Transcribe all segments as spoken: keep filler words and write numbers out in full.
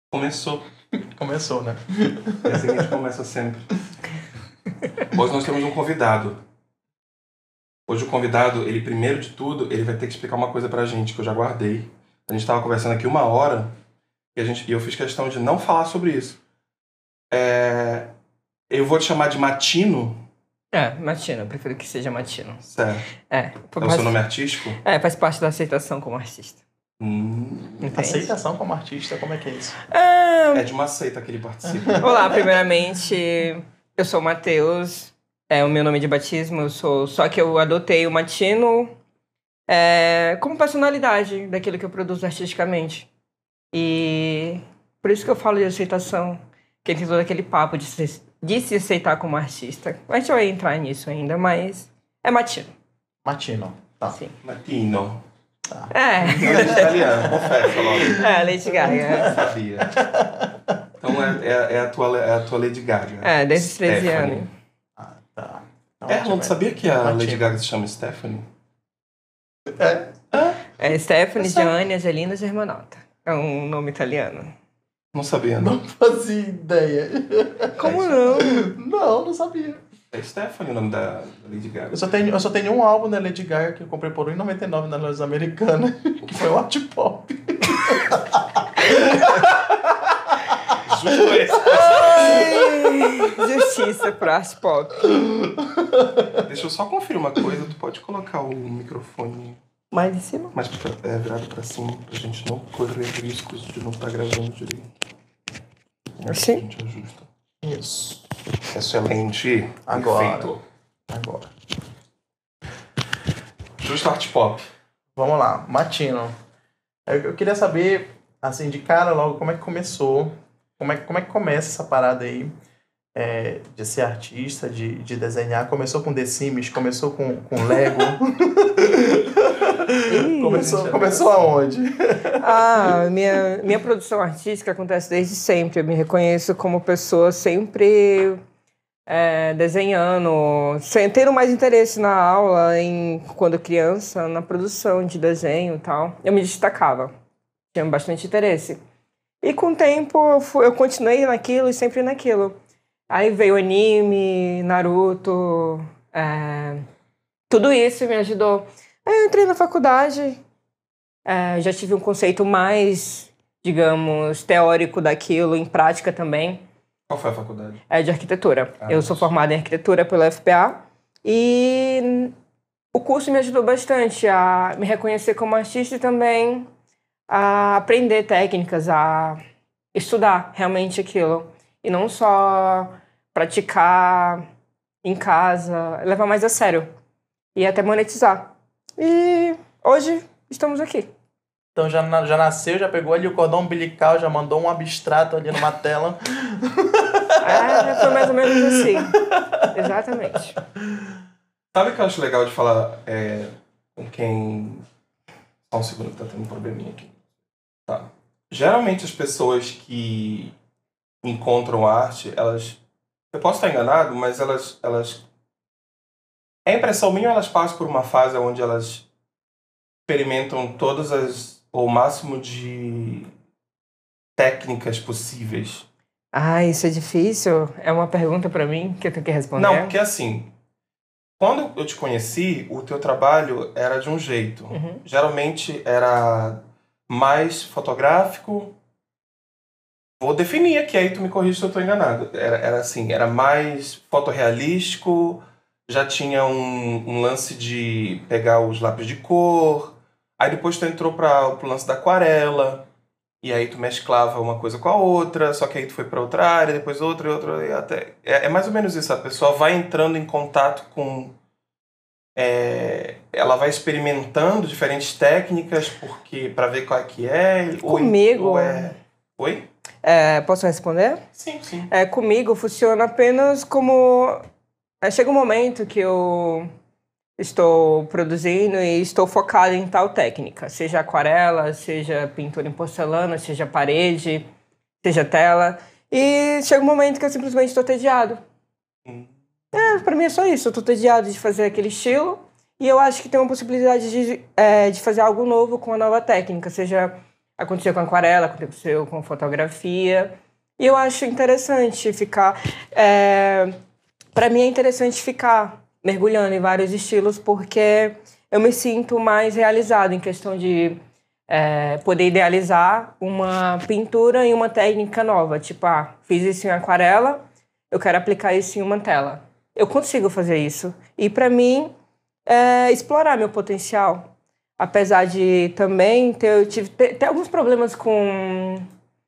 Começou. Começou, né? É assim que a gente começa sempre. Hoje nós temos um convidado. Hoje o convidado, ele primeiro de tudo, ele vai ter que explicar uma coisa pra gente, que eu já guardei. A gente estava conversando aqui uma hora e, a gente, e eu fiz questão de não falar sobre isso. É, eu vou te chamar de Matino. É, Matino, eu prefiro que seja Matino. Certo. É, É o faz, seu nome artístico? é, faz parte da aceitação como artista. Hum, Entende? Aceitação como artista, como é que é isso? É, é de uma seita que ele participa. olá, primeiramente, eu sou o Matheus, é o meu nome de batismo, eu sou, só que eu adotei o Matino é, como personalidade daquilo que eu produzo artisticamente. E por isso que eu falo de aceitação, que tem todo aquele papo de se, de se aceitar como artista. A gente vai entrar nisso ainda, mas é Matino. Matino. Tá. Sim. Matino. É. Não é italiano, confessa logo. É, Lady Gaga. Eu sabia. Então é, é, é, a tua, é a tua Lady Gaga. É, desde os treze Stephanie. anos. Ah, tá. Então, É, não sabia que a Matino. Lady Gaga se chama Stephanie? É? É Stephanie, Essa- Gianni, Angelina Germanota. É um nome italiano. Não sabia, não. Não fazia ideia. Como não? Não, não sabia. É Stephanie o nome da, da Lady Gaga. Eu só, tenho, eu só tenho um álbum da Lady Gaga que eu comprei por um real e noventa e nove na loja americana, que foi o Art Pop. Justo esse. Ai, justiça pro art pop. Deixa eu só conferir uma coisa. Tu pode colocar o microfone Mais em cima? mais pra, é, virado pra cima, pra gente não correr riscos de não estar gravando direito. Assim? A gente ajusta. Isso. Excelente. Agora. Perfeito. Agora. Justo art pop. Vamos lá, Matino. Eu, eu queria saber, assim, de cara logo, como é que começou, como é, como é que começa essa parada aí é, de ser artista, de, de desenhar. Começou com The Sims, começou com, com Lego. Ih. começou, começou aonde? Ah, minha, minha produção artística acontece desde sempre. Eu me reconheço como pessoa sempre é, desenhando, sem, tendo mais interesse na aula, em, quando criança, na produção de desenho e tal. Eu me destacava, tinha bastante interesse. E com o tempo eu, fui, eu continuei naquilo e sempre naquilo. Aí veio anime, Naruto, é, tudo isso me ajudou. Aí eu entrei na faculdade, é, já tive um conceito mais, digamos, teórico daquilo, em prática também, Qual foi a faculdade? é de arquitetura. Ah, eu sou nossa. formada em arquitetura pela F P A e o curso me ajudou bastante a me reconhecer como artista e também a aprender técnicas, a estudar realmente aquilo. E não só praticar em casa, levar mais a sério. E até monetizar. E hoje estamos aqui. Então já, na- já nasceu, já pegou ali o cordão umbilical, já mandou um abstrato ali numa tela. É, foi mais ou menos assim. Exatamente. Sabe o que eu acho legal de falar é, com quem... Só um segundo que tá tendo um probleminha aqui. Tá. Geralmente as pessoas que encontram arte, elas... Eu posso estar enganado, mas elas... elas é impressão minha ou elas passam por uma fase onde elas experimentam todas as... ou o máximo de técnicas possíveis? Ah, isso é difícil? É uma pergunta pra mim que eu tenho que responder? Não, porque assim... Quando eu te conheci, o teu trabalho era de um jeito. Uhum. Geralmente era mais fotográfico. Vou definir aqui, aí tu me corrige se eu estou enganado. Era, era assim, era mais fotorrealístico, já tinha um, um lance de pegar os lápis de cor. Aí depois tu entrou para o lance da aquarela. E aí tu mesclava uma coisa com a outra, só que aí tu foi para outra área, depois outra e outra. E até... é, é mais ou menos isso, a pessoa vai entrando em contato com... É, ela vai experimentando diferentes técnicas porque para ver qual é que é. Comigo? Ou, ou é... Oi? É, posso responder? Sim, sim. É, comigo funciona apenas como... É, chega um momento que eu estou produzindo e estou focado em tal técnica. Seja aquarela, seja pintura em porcelana, seja parede, seja tela. E chega um momento que eu simplesmente estou tediado. Hum. É, pra mim é só isso. Eu tô tediado de fazer aquele estilo e eu acho que tem uma possibilidade de, é, de fazer algo novo com uma nova técnica, seja Aconteceu com aquarela, aconteceu com fotografia. E eu acho interessante ficar... É, para mim é interessante ficar mergulhando em vários estilos, porque eu me sinto mais realizado em questão de é, poder idealizar uma pintura em uma técnica nova. Tipo, ah, fiz isso em aquarela, eu quero aplicar isso em uma tela. Eu consigo fazer isso. E para mim, é explorar meu potencial. Apesar de também ter, eu tive, ter, ter alguns problemas com...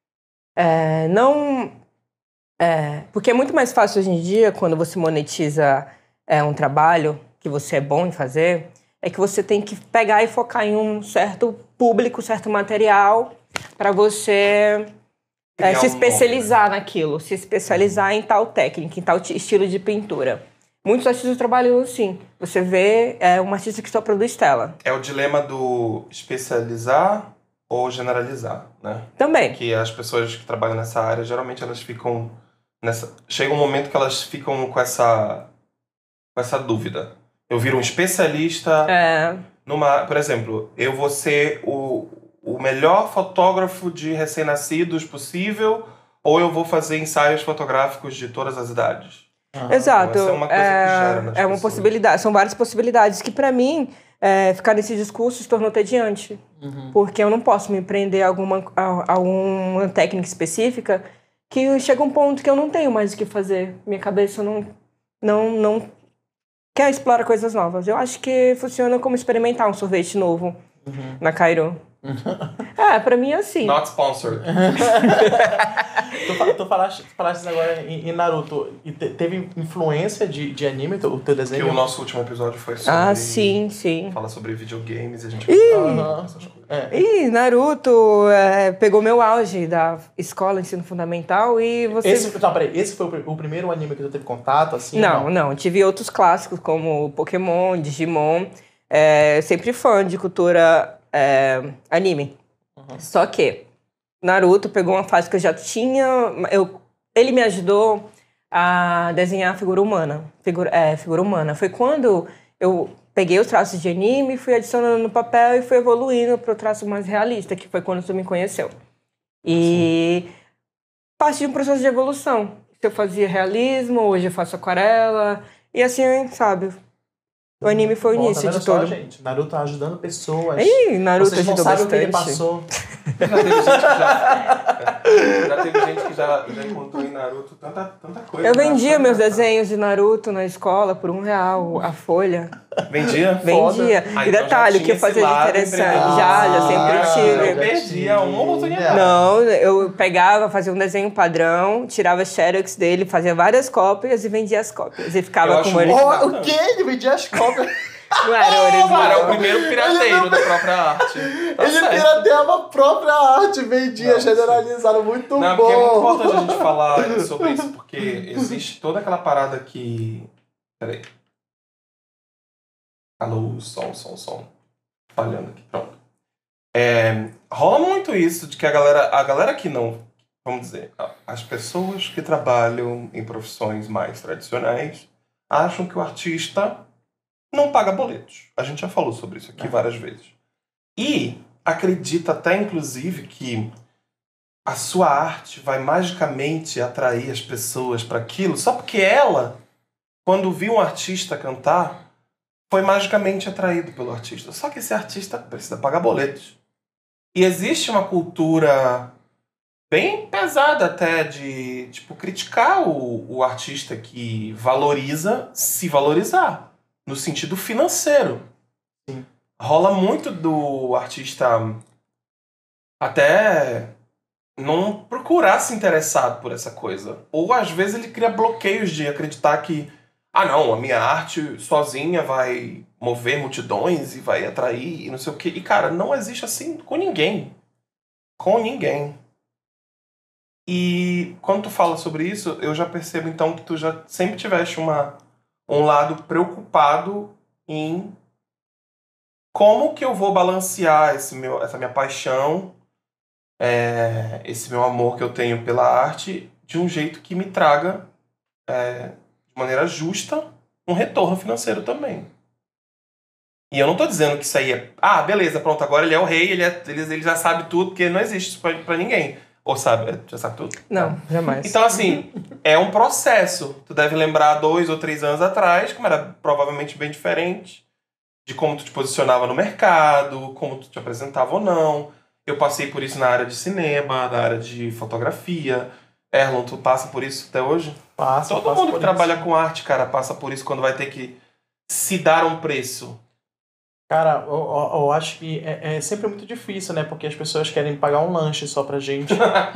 É, não... É, porque é muito mais fácil hoje em dia, quando você monetiza é, um trabalho que você é bom em fazer, é que você tem que pegar e focar em um certo público, certo material, para você é, se especializar nome, né? naquilo, se especializar em tal técnica, em tal estilo de pintura. Muitos artistas trabalham assim. Você vê é, um artista que só produz tela. É o dilema do especializar ou generalizar, né? Também. Que as pessoas que trabalham nessa área, geralmente elas ficam... Nessa... Chega um momento que elas ficam com essa, com essa dúvida. Eu viro um especialista é. numa... Por exemplo, eu vou ser o, o melhor fotógrafo de recém-nascidos possível, ou eu vou fazer ensaios fotográficos de todas as idades. Ah, Exato. Então, essa é uma coisa é, que gera nas é uma pessoas. possibilidade. São várias possibilidades que, para mim, é, ficar nesse discurso se tornou tediante. Uhum. Porque eu não posso me prender a alguma, a, a uma técnica específica que chega um ponto que eu não tenho mais o que fazer. Minha cabeça não, não, não quer explorar coisas novas. Eu acho que funciona como experimentar um sorvete novo uhum. na Cairo. É, pra mim é assim. Not sponsored. tu, tu, falaste, tu falaste agora em, em Naruto. E te, teve influência de, de anime, o teu desenho? Que o nosso último episódio foi sobre... Ah, sim, sim. Fala sobre videogames e a gente... Ih, uhum. essas coisas. É. Ih, Naruto é, pegou meu auge da escola, ensino fundamental e você... Esse, não, peraí, esse foi o, o primeiro anime que tu teve contato, assim? Não, não, não. Tive outros clássicos como Pokémon, Digimon. É, sempre fã de cultura... É, anime. Uhum. Só que Naruto pegou uma fase que eu já tinha... Eu, ele me ajudou a desenhar figura humana. Figura, é, figura humana. Foi quando eu peguei os traços de anime, fui adicionando no papel e fui evoluindo para o traço mais realista, que foi quando tu me conheceu. E Sim. parte de um processo de evolução. Eu fazia realismo, hoje eu faço aquarela. E assim, sabe... O anime foi o Bom, início tá de tudo. Gente, Naruto tá ajudando pessoas. Ih, Naruto Vocês não ajudou sabem bastante. o que ele passou. Já teve gente que já, já, teve gente que já, já encontrou em Naruto tanta, tanta coisa. Eu vendia meus desenhos de Naruto na escola por um real a folha. Vendia? Vendia. Ah, e então detalhe, o que eu fazia de interessante. Ah, já, já sempre tive. Eu perdia uma oportunidade. Não, eu pegava, fazia um desenho padrão, tirava xerox dele, fazia várias cópias e vendia as cópias. E ficava eu com o original. Oh, o quê? Ele vendia as cópias? Não era original. Era o primeiro pirateiro da própria arte. Tá ele certo. pirateava a própria arte, vendia, não, generalizado, muito não, bom. Porque é muito importante a gente falar sobre isso, porque existe toda aquela parada que... Peraí. Alô, som, som, som. Falhando aqui, pronto. É, rola muito isso de que a galera, a galera que não... Vamos dizer, as pessoas que trabalham em profissões mais tradicionais acham que o artista... não paga boletos. A gente já falou sobre isso aqui é. várias vezes. E acredita até, inclusive, que a sua arte vai magicamente atrair as pessoas para aquilo, só porque ela, quando viu um artista cantar, foi magicamente atraído pelo artista. Só que esse artista precisa pagar boletos. E existe uma cultura bem pesada até de tipo, criticar o, o artista que valoriza se valorizar. No sentido financeiro. Sim. Rola muito do artista até não procurar se interessar por essa coisa. Ou às vezes ele cria bloqueios de acreditar que ah não, a minha arte sozinha vai mover multidões e vai atrair e não sei o quê. E cara, não existe assim com ninguém. Com ninguém. E quando tu fala sobre isso, eu já percebo então que tu já sempre tiveste uma... um lado preocupado em como que eu vou balancear esse meu, essa minha paixão, é, esse meu amor que eu tenho pela arte, de um jeito que me traga, é, de maneira justa, um retorno financeiro também. E eu não tô dizendo que isso aí é... Ah, beleza, pronto, agora ele é o rei, ele, é, ele, ele já sabe tudo, porque não existe isso pra, pra ninguém. Ou sabe, já sabe tudo? Não, jamais. Então, assim, é um processo. Tu deve lembrar dois ou três anos atrás, como era provavelmente bem diferente, de como tu te posicionava no mercado, como tu te apresentava ou não. Eu passei por isso na área de cinema, na área de fotografia. Erlon, tu passa por isso até hoje? Passa, Todo passa mundo por que trabalha isso. com arte, cara, passa por isso quando vai ter que se dar um preço. Cara, eu, eu- eu acho que é, é sempre muito difícil, né? Porque as pessoas querem pagar um lanche só pra gente.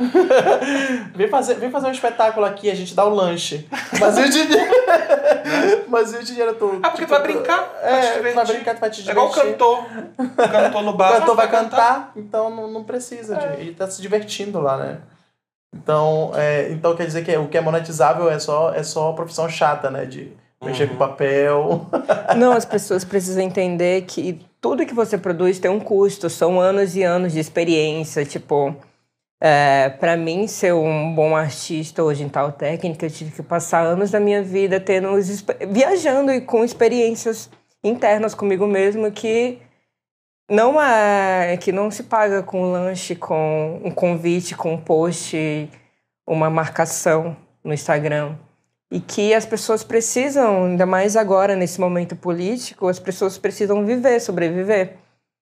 vem, fazer, vem fazer um espetáculo aqui, a gente dá o lanche. Mas e o dinheiro? Mas e o dinheiro todo? Ah, porque tu vai brincar, vai te É, tu vai divertir. brincar, tu vai te É divertir. igual o cantor. O cantor no O bar. cantor vai cantar, então não, não precisa. De, É. ele tá se divertindo lá, né? Então, é, então quer dizer que o que é monetizável é só, é só profissão chata, né? De mexer Uhum. com papel. Não, as pessoas precisam entender que tudo que você produz tem um custo, são anos e anos de experiência. Tipo, é, para mim ser um bom artista hoje em tal técnica, eu tive que passar anos da minha vida tendo os exp- viajando e com experiências internas comigo mesmo que não é que não se paga com lanche, com um convite, com um post, uma marcação no Instagram. E que as pessoas precisam, ainda mais agora, nesse momento político, as pessoas precisam viver, sobreviver.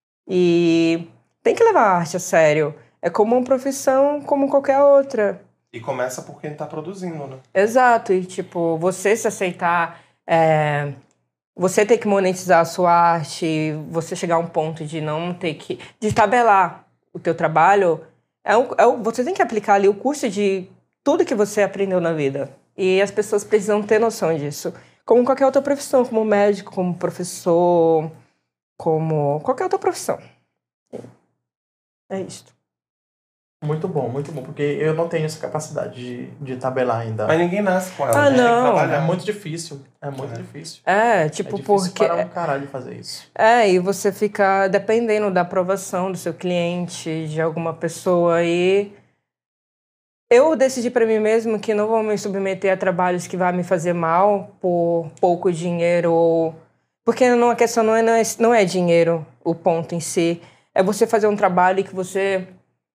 E tem que levar a arte a sério. É como uma profissão como qualquer outra. E começa por quem tá produzindo, né? Exato. E, tipo, você se aceitar, é, você ter que monetizar a sua arte, você chegar a um ponto de não ter que... de tabelar o teu trabalho, é um, é um, você tem que aplicar ali o custo de tudo que você aprendeu na vida. E as pessoas precisam ter noção disso. Como qualquer outra profissão, como médico, como professor, como qualquer outra profissão. É isto. Muito bom, muito bom. Porque eu não tenho essa capacidade de, de tabelar ainda. Mas ninguém nasce com ela. Ah, a gente tem que não. trabalhar. É muito difícil. É muito É. difícil. É, É tipo, difícil porque... para um caralho fazer isso. É, e você fica dependendo da aprovação do seu cliente, de alguma pessoa aí. Eu decidi pra mim mesmo que não vou me submeter a trabalhos que vão me fazer mal por pouco dinheiro ou... Porque não, a questão não é, não, é, não é dinheiro o ponto em si. É você fazer um trabalho que você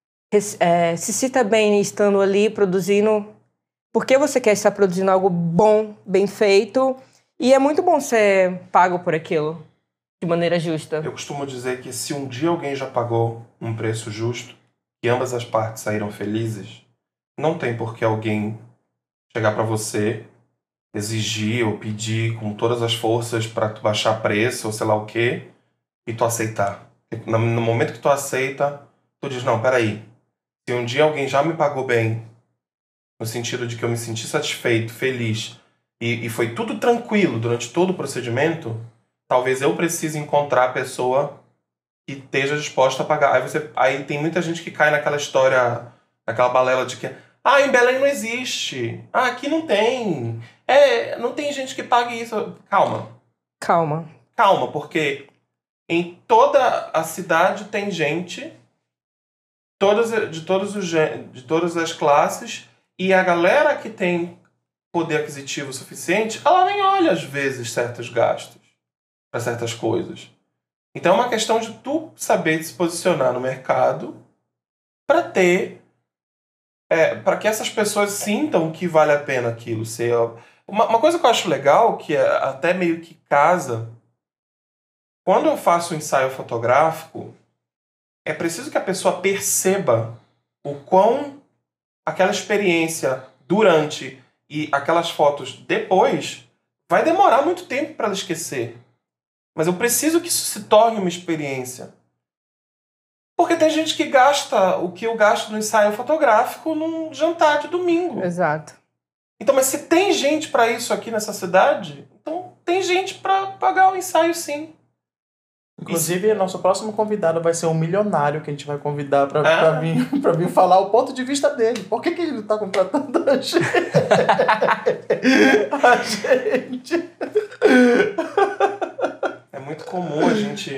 é, se sinta bem estando ali produzindo. Porque você quer estar produzindo algo bom, bem feito. E é muito bom ser pago por aquilo, de maneira justa. Eu costumo dizer que se um dia alguém já pagou um preço justo, que ambas as partes saíram felizes, não tem por que alguém chegar pra você, exigir ou pedir com todas as forças pra tu baixar preço ou sei lá o quê, e tu aceitar. No no momento que tu aceita, tu diz, não, peraí, se um dia alguém já me pagou bem, no sentido de que eu me senti satisfeito, feliz, e, e foi tudo tranquilo durante todo o procedimento, talvez eu precise encontrar a pessoa que esteja disposta a pagar. Aí, você, aí tem muita gente que cai naquela história, naquela balela de que ah, em Belém não existe. Ah, aqui não tem. É, não tem gente que pague isso. Calma, Calma. calma, porque em toda a cidade tem gente todas, de, todos os, gê- de todas as classes, e a galera que tem poder aquisitivo suficiente, ela nem olha às vezes certos gastos para certas coisas. Então é uma questão de tu saber se posicionar no mercado para ter é, para que essas pessoas sintam que vale a pena aquilo ser uma, uma coisa que eu acho legal, que é até meio que casa, quando eu faço um ensaio fotográfico, é preciso que a pessoa perceba o quão aquela experiência durante e aquelas fotos depois vai demorar muito tempo para ela esquecer. Mas eu preciso que isso se torne uma experiência. Porque tem gente que gasta o que eu gasto no ensaio fotográfico num jantar de domingo. Exato. Então, mas se tem gente para isso aqui nessa cidade, então tem gente para pagar o ensaio sim. Inclusive, nosso próximo convidado vai ser um milionário que a gente vai convidar pra, Ah. pra, vir, pra vir falar o ponto de vista dele. Por que, que ele não tá contratando a gente? a gente. É muito comum a gente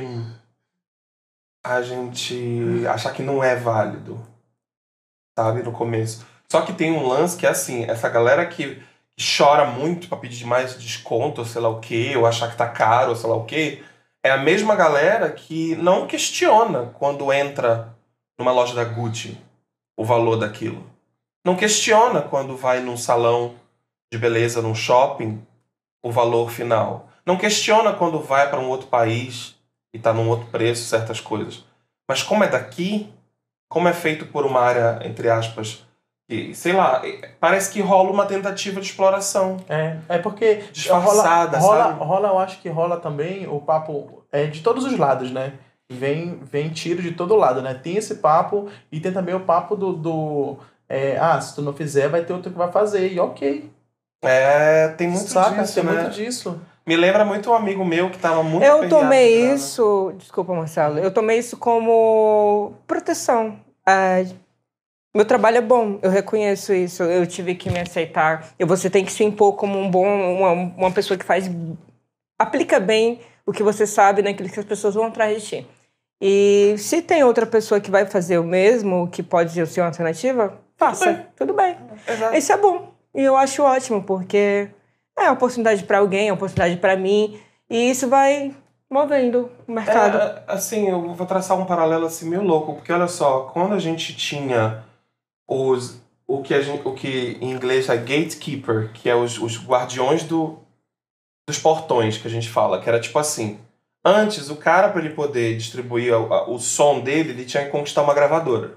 a gente achar que não é válido, sabe, no começo. Só que tem um lance que é assim, essa galera que chora muito pra pedir mais desconto, ou sei lá o quê, ou achar que tá caro, ou sei lá o quê, É a mesma galera que não questiona quando entra numa loja da Gucci o valor daquilo. Não questiona quando vai num salão de beleza, num shopping, o valor final. Não questiona quando vai para um outro país e está num outro preço certas coisas. Mas como é daqui, como é feito por uma área, entre aspas, que, sei lá, parece que rola uma tentativa de exploração. É, é porque disfarçada, rola, sabe? rola, rola, eu acho que rola também o papo é, de todos os lados, né? Vem, vem tiro de todo lado, né? Tem esse papo e tem também o papo do... do é, ah, se tu não fizer, vai ter outro que vai fazer. E ok. É, tem muito Saca? disso, Tem né? muito disso. Me lembra muito um amigo meu que estava muito Eu aperreado tomei de grana. isso... Desculpa, Marcelo. Eu tomei isso como proteção. É, meu trabalho é bom, eu reconheço isso. Eu tive que me aceitar. E você tem que se impor como um bom... Uma, uma pessoa que faz... Aplica bem o que você sabe naquilo que as pessoas vão atrás de ti. E se tem outra pessoa que vai fazer o mesmo, que pode ser uma alternativa, faça. Tudo bem. Tudo bem. Exato. Isso é bom. E eu acho ótimo, porque é uma oportunidade para alguém, é uma oportunidade para mim. E isso vai movendo o mercado. É, assim, eu vou traçar um paralelo assim meio louco, porque olha só, quando a gente tinha os, o, que a gente, o que em inglês é gatekeeper, que é os, os guardiões do, dos portões que a gente fala, que era tipo assim, antes o cara, para ele poder distribuir o, o som dele, ele tinha que conquistar uma gravadora.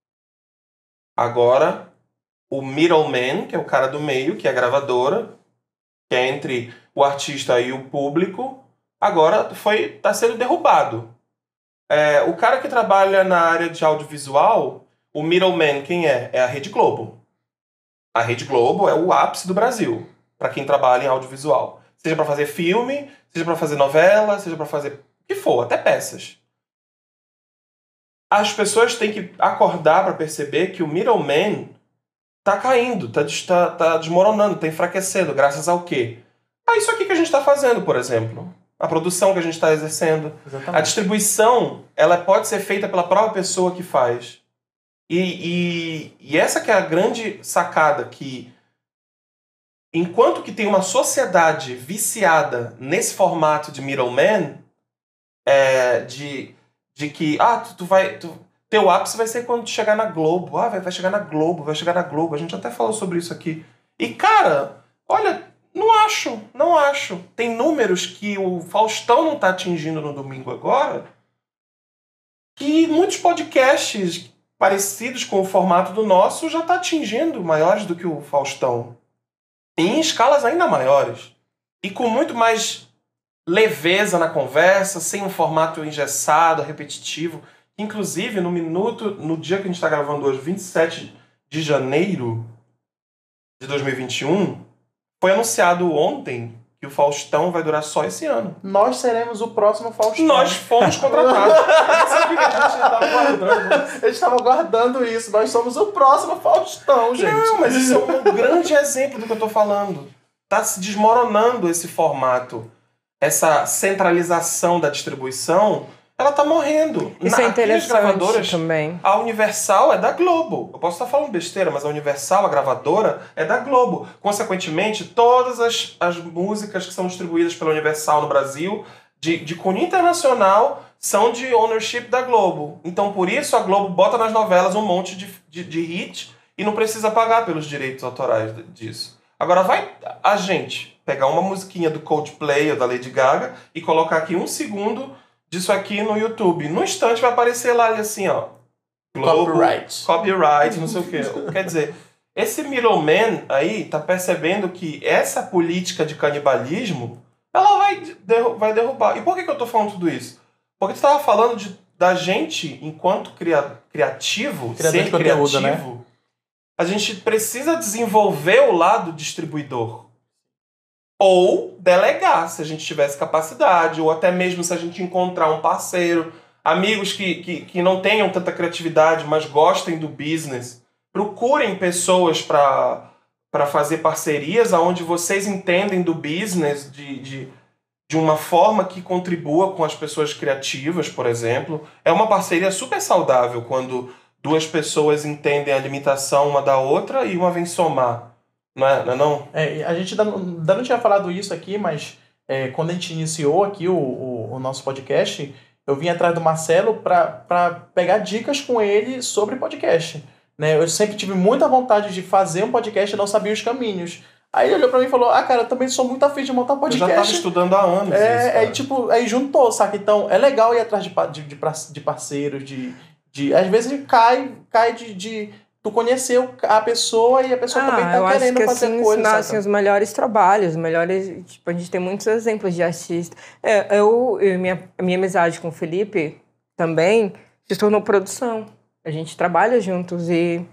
Agora, o middleman, que é o cara do meio, que é a gravadora, que é entre o artista e o público, agora foi tá sendo derrubado. É, o cara que trabalha na área de audiovisual, o middleman, quem é? É a Rede Globo. A Rede Globo é o ápice do Brasil, para quem trabalha em audiovisual. Seja para fazer filme, seja para fazer novela, seja para fazer o que for, até peças. As pessoas têm que acordar para perceber que o middleman tá caindo, tá, tá, tá desmoronando, tá enfraquecendo, graças ao quê? A isso aqui que a gente está fazendo, por exemplo. A produção que a gente está exercendo. Exatamente. A distribuição, ela pode ser feita pela própria pessoa que faz. E, e, e essa que é a grande sacada, que enquanto que tem uma sociedade viciada nesse formato de middleman, é, de, de que, ah, tu, tu vai... Tu, teu ápice vai ser quando tu chegar na Globo. Ah, vai, vai chegar na Globo, vai chegar na Globo. A gente até falou sobre isso aqui. E, cara, olha, não acho, não acho. Tem números que o Faustão não tá atingindo no domingo agora, que muitos podcasts parecidos com o formato do nosso já tá atingindo, maiores do que o Faustão. E em escalas ainda maiores. E com muito mais leveza na conversa, sem um formato engessado, repetitivo. Inclusive, no minuto, no dia que a gente está gravando hoje, vinte e sete de janeiro de dois mil e vinte e um, foi anunciado ontem que o Faustão vai durar só esse ano. Nós seremos o próximo Faustão. Nós fomos contratados. Sabe o que a gente estava guardando? A gente estava guardando isso. Nós somos o próximo Faustão, gente. Não, mas isso é um grande exemplo do que eu estou falando. Está se desmoronando esse formato. Essa centralização da distribuição, ela tá morrendo. Isso Na, é interessante gravadoras, também. A Universal é da Globo. Eu posso estar falando besteira, mas a Universal, a gravadora, é da Globo. Consequentemente, todas as, as músicas que são distribuídas pela Universal no Brasil, de, de cunho internacional, são de ownership da Globo. Então, por isso, a Globo bota nas novelas um monte de, de, de hit e não precisa pagar pelos direitos autorais disso. Agora, vai a gente pegar uma musiquinha do Coldplay ou da Lady Gaga e colocar aqui um segundo disso aqui no YouTube. No instante vai aparecer lá assim, ó. Globo, Copyright. Copyright, não sei o quê. Quer dizer, esse middleman aí tá percebendo que essa política de canibalismo, ela vai, derru- vai derrubar. E por que, que eu tô falando tudo isso? Porque tu tava falando de, da gente, enquanto cria, criativo, Criador ser de conteúdo, criativo, né? A gente precisa desenvolver o lado distribuidor. Ou delegar, se a gente tivesse capacidade, ou até mesmo se a gente encontrar um parceiro, amigos que, que, que não tenham tanta criatividade, mas gostem do business, procurem pessoas para para fazer parcerias onde vocês entendem do business de, de, de uma forma que contribua com as pessoas criativas, por exemplo. É uma parceria super saudável quando duas pessoas entendem a limitação uma da outra e uma vem somar. Não é, não é não? É, a gente ainda não, ainda não tinha falado isso aqui, mas é, quando a gente iniciou aqui o, o, o nosso podcast, eu vim atrás do Marcelo para pegar dicas com ele sobre podcast. Né? Eu sempre tive muita vontade de fazer um podcast e não sabia os caminhos. Aí ele olhou pra mim e falou, ah, cara, eu também sou muito afim de montar um podcast. Eu já tava estudando há anos é, isso, aí, tipo, aí juntou, saca? Então, é legal ir atrás de, de, de parceiros, de, de... Às vezes cai, cai de, de... Tu conhecer a pessoa e a pessoa ah, também tá eu querendo acho que, fazer assim, coisa, nascem os melhores trabalhos, os melhores... Tipo, a gente tem muitos exemplos de artistas. É, eu e minha, minha amizade com o Felipe também se tornou produção. A gente trabalha juntos e...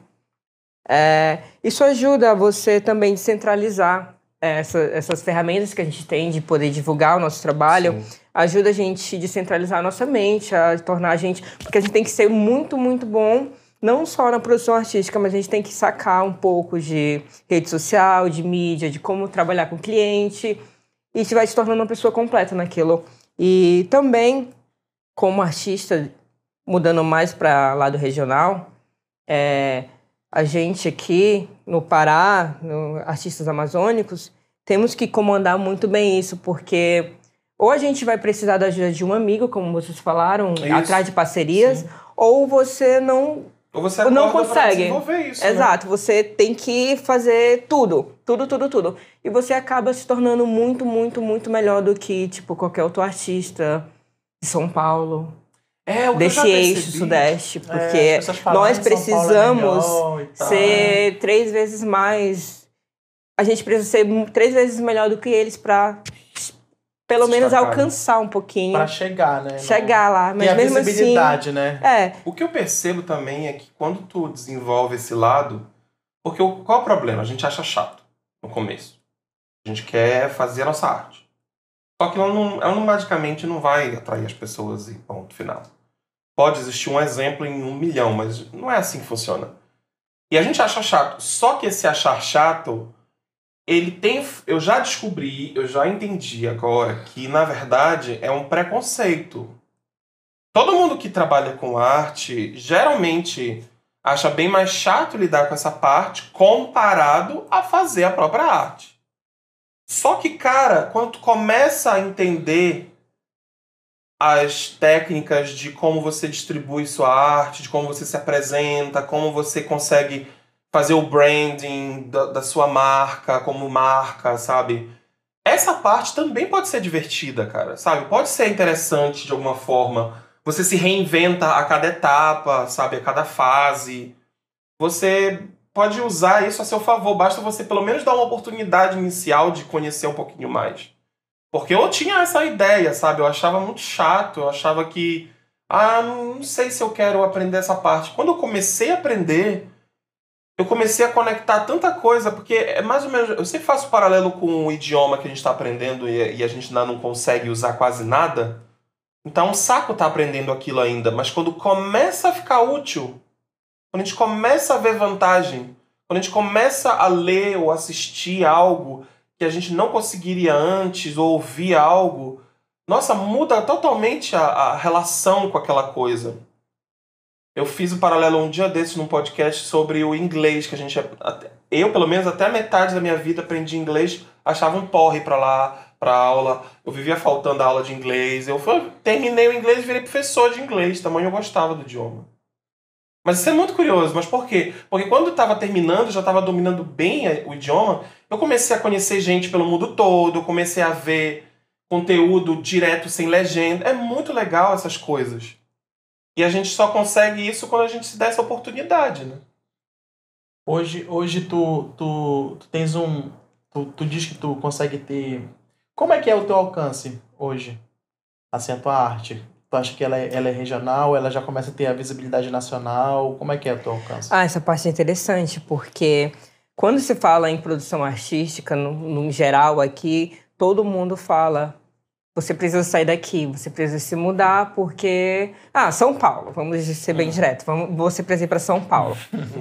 É, isso ajuda você também descentralizar essa, essas ferramentas que a gente tem de poder divulgar o nosso trabalho. Sim. Ajuda a gente a descentralizar a nossa mente, a tornar a gente... Porque a gente tem que ser muito, muito bom, não só na produção artística, mas a gente tem que sacar um pouco de rede social, de mídia, de como trabalhar com o cliente. E a gente vai se tornando uma pessoa completa naquilo. E também, como artista, mudando mais para lado regional, é... A gente aqui no Pará, no Artistas Amazônicos, temos que comandar muito bem isso, porque ou a gente vai precisar da ajuda de um amigo, como vocês falaram, isso. Atrás de parcerias, sim. Ou você não, ou você não consegue. Desenvolver isso, exato, né? Você tem que fazer tudo, tudo, tudo, tudo. E você acaba se tornando muito, muito, muito melhor do que tipo, qualquer outro artista de São Paulo. É, o que desse eixo sudeste, porque é, nós precisamos é ser três vezes mais. A gente precisa ser três vezes melhor do que eles para pelo menos destacar, alcançar um pouquinho. Para chegar, né? Chegar no... lá, mas e mesmo a visibilidade, assim, né? É. O que eu percebo também é que quando tu desenvolve esse lado, porque o, qual é o problema? A gente acha chato no começo. A gente quer fazer a nossa arte. Só que ela não, ela não magicamente não vai atrair as pessoas e ponto final. Pode existir um exemplo em um milhão, mas não é assim que funciona. E a gente acha chato. Só que esse achar chato, ele tem... Eu já descobri, eu já entendi agora que, na verdade, é um preconceito. Todo mundo que trabalha com arte, geralmente, acha bem mais chato lidar com essa parte comparado a fazer a própria arte. Só que, cara, quando tu começa a entender as técnicas de como você distribui sua arte, de como você se apresenta, como você consegue fazer o branding da, da sua marca como marca, sabe? Essa parte também pode ser divertida, cara, sabe? Pode ser interessante de alguma forma. Você se reinventa a cada etapa, sabe? A cada fase. Você pode usar isso a seu favor. Basta você pelo menos dar uma oportunidade inicial de conhecer um pouquinho mais. Porque eu tinha essa ideia, sabe? Eu achava muito chato, eu achava que... Ah, não sei se eu quero aprender essa parte. Quando eu comecei a aprender, eu comecei a conectar tanta coisa, porque é mais ou menos... Eu sempre faço paralelo com o idioma que a gente está aprendendo e, e a gente ainda não consegue usar quase nada. Então é um saco estar aprendendo aquilo ainda, mas quando começa a ficar útil, quando a gente começa a ver vantagem, quando a gente começa a ler ou assistir algo que a gente não conseguiria antes, ou ouvir algo, nossa, muda totalmente a, a relação com aquela coisa. Eu fiz o um paralelo um dia desses num podcast sobre o inglês, que a gente... Eu, pelo menos, até a metade da minha vida aprendi inglês, achava um porre pra lá, pra aula. Eu vivia faltando a aula de inglês. Eu fui, terminei o inglês e virei professor de inglês. Tamanho eu gostava do idioma. Mas isso é muito curioso. Mas por quê? Porque quando eu estava terminando, já estava dominando bem o idioma, eu comecei a conhecer gente pelo mundo todo, eu comecei a ver conteúdo direto, sem legenda. É muito legal essas coisas. E a gente só consegue isso quando a gente se dá essa oportunidade, né? Hoje, hoje tu, tu, tu tens um... Tu, tu diz que tu consegue ter... Como é que é o teu alcance hoje? Assim, a tua arte? Tu acha que ela é, ela é regional? Ela já começa a ter a visibilidade nacional? Como é que é o teu alcance? Ah, essa parte é interessante, porque quando se fala em produção artística, no, no geral aqui, todo mundo fala... Você precisa sair daqui, você precisa se mudar porque... Ah, São Paulo, vamos ser bem direto. Vamos, você precisa ir para São Paulo.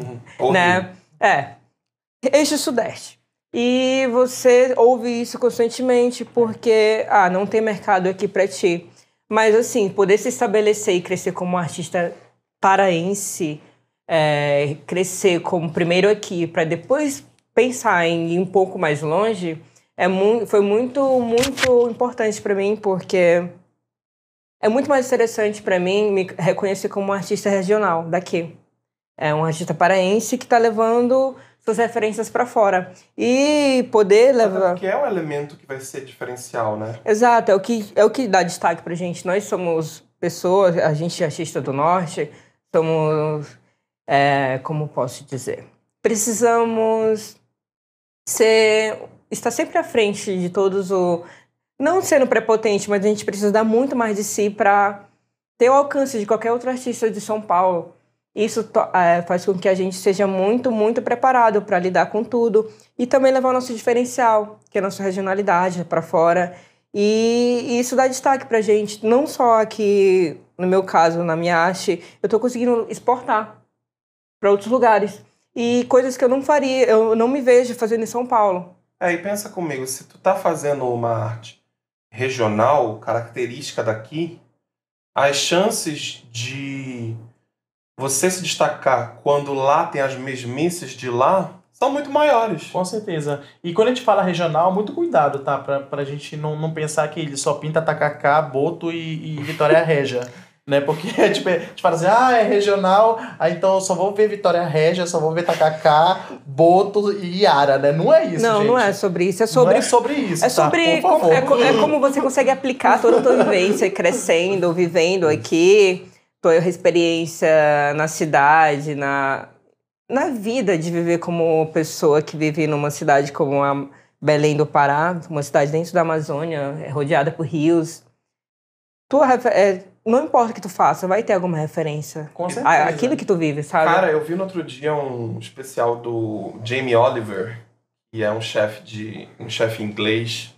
Né? É. Eixo Sudeste. E você ouve isso constantemente porque... Ah, não tem mercado aqui para ti. Mas, assim, poder se estabelecer e crescer como artista paraense, é, crescer como primeiro aqui, para depois pensar em ir um pouco mais longe... É muito, foi muito, muito importante para mim, porque é muito mais interessante para mim me reconhecer como um artista regional daqui. É um artista paraense que está levando suas referências para fora. E poder levar... Porque é um elemento que vai ser diferencial, né? Exato, é o que, é o que dá destaque pra gente. Nós somos pessoas, a gente é artista do norte, somos, é, como posso dizer, precisamos ser, estar sempre à frente de todos o... Não sendo prepotente, mas a gente precisa dar muito mais de si para ter o alcance de qualquer outro artista de São Paulo. Isso é, faz com que a gente seja muito, muito preparado para lidar com tudo e também levar o nosso diferencial, que é a nossa regionalidade, para fora. E, e isso dá destaque para a gente, não só aqui, no meu caso, na minha arte, eu estou conseguindo exportar para outros lugares. E coisas que eu não faria, eu não me vejo fazendo em São Paulo. É, e pensa comigo, se tu tá fazendo uma arte regional, característica daqui, as chances de... você se destacar quando lá tem as mesmices de lá são muito maiores. Com certeza. E quando a gente fala regional, muito cuidado, tá? Pra, pra gente não, não pensar que ele só pinta tacacá, boto e, e Vitória Régia. Né? Porque tipo, a gente fala assim, ah, é regional, aí então eu só vou ver Vitória Régia, só vou ver tacacá, boto e Iara, né? Não é isso, não, gente. Não, não é sobre isso. É sobre, não é sobre isso, É sobre tá? Por favor. Como, é, é como você consegue aplicar toda a tua vivência, crescendo, vivendo aqui, tua experiência na cidade, na, na vida de viver como pessoa que vive numa cidade como a Belém do Pará, uma cidade dentro da Amazônia, rodeada por rios. Tua, é, não importa o que tu faça, vai ter alguma referência. Com certeza. Aquilo que tu vive, sabe? Cara, eu vi no outro dia um especial do Jamie Oliver, que é um chefe de um chefe inglês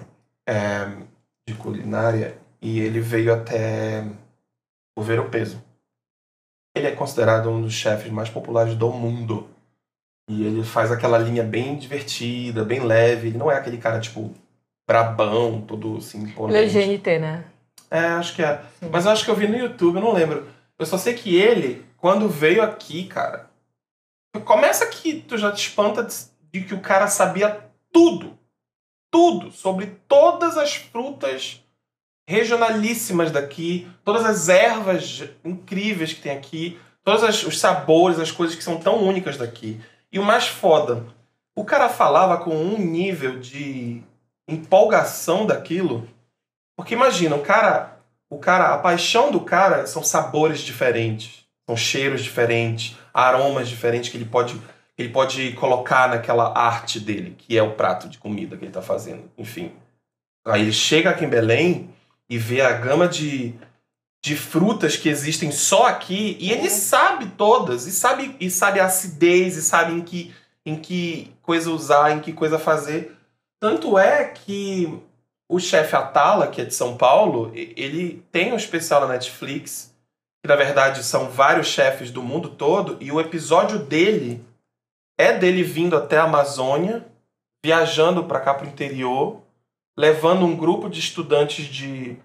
é, de culinária, e ele veio até o Ver o Peso. Ele é considerado um dos chefes mais populares do mundo. E ele faz aquela linha bem divertida, bem leve. Ele não é aquele cara, tipo, brabão, todo assim, imponente. Ele é G N T, né? É, acho que é. Sim. Mas eu acho que eu vi no YouTube, eu não lembro. Eu só sei que ele, quando veio aqui, cara... Começa que tu já te espanta de que o cara sabia tudo. Tudo. Sobre todas as frutas regionalíssimas daqui. Todas as ervas incríveis que tem aqui. Todos as, os sabores, as coisas que são tão únicas daqui. E o mais foda, o cara falava com um nível de empolgação daquilo... Porque imagina, o cara, o cara, a paixão do cara são sabores diferentes, são cheiros diferentes, aromas diferentes que ele pode, ele pode colocar naquela arte dele, que é o prato de comida que ele está fazendo, enfim. Aí ele chega aqui em Belém e vê a gama de, de frutas que existem só aqui, e ele sabe todas, e sabe, e sabe a acidez, e sabe em que, em que coisa usar, em que coisa fazer. Tanto é que... o chefe Atala, que é de São Paulo, ele tem um especial na Netflix, que na verdade são vários chefes do mundo todo, e o episódio dele é dele vindo até a Amazônia, viajando para cá pro interior, levando um grupo de estudantes de,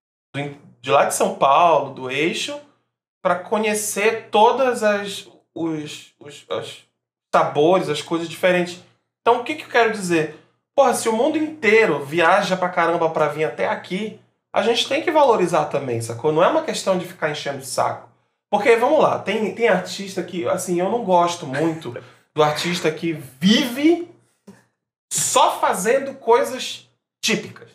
de lá de São Paulo, do eixo, para conhecer todas as os, os, os sabores, as coisas diferentes. Então o que, que eu quero dizer? Porra, se o mundo inteiro viaja pra caramba pra vir até aqui, a gente tem que valorizar também, sacou? Não é uma questão de ficar enchendo o saco. Porque, vamos lá, tem, tem artista que, assim, eu não gosto muito do artista que vive só fazendo coisas típicas.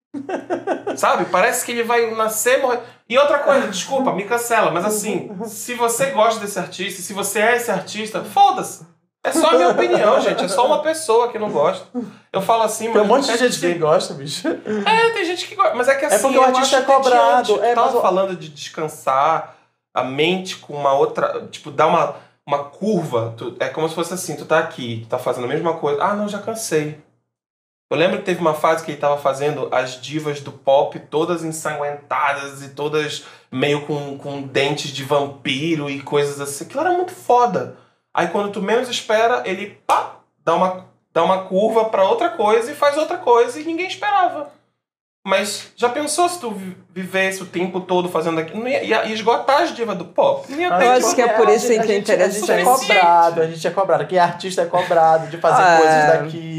Sabe? Parece que ele vai nascer, morrer... E outra coisa, desculpa, me cancela, mas assim, se você gosta desse artista, se você é esse artista, foda-se. É só a minha opinião, gente. É só uma pessoa que não gosta. Eu falo assim, mas... Tem um monte de gente que gosta, bicho. É, tem gente que gosta. Mas é que assim... É porque o artista é cobrado. Eu é, tava mas... falando de descansar a mente com uma outra... Tipo, dar uma, uma curva. Tu, é como se fosse assim, tu tá aqui, tu tá fazendo a mesma coisa. Ah, não, já cansei. Eu lembro que teve uma fase que ele tava fazendo as divas do pop todas ensanguentadas e todas meio com, com dentes de vampiro e coisas assim. Aquilo era muito foda. Aí quando tu menos espera, ele pá, dá uma, dá uma curva pra outra coisa e faz outra coisa e ninguém esperava. Mas já pensou se tu vivesse o tempo todo fazendo aquilo? Não ia, ia esgotar as divas do pop. Não ia ter. Eu acho que é por isso que é interessante. A gente é cobrado, a gente é cobrado. Quem é artista é cobrado de fazer ah, coisas daqui.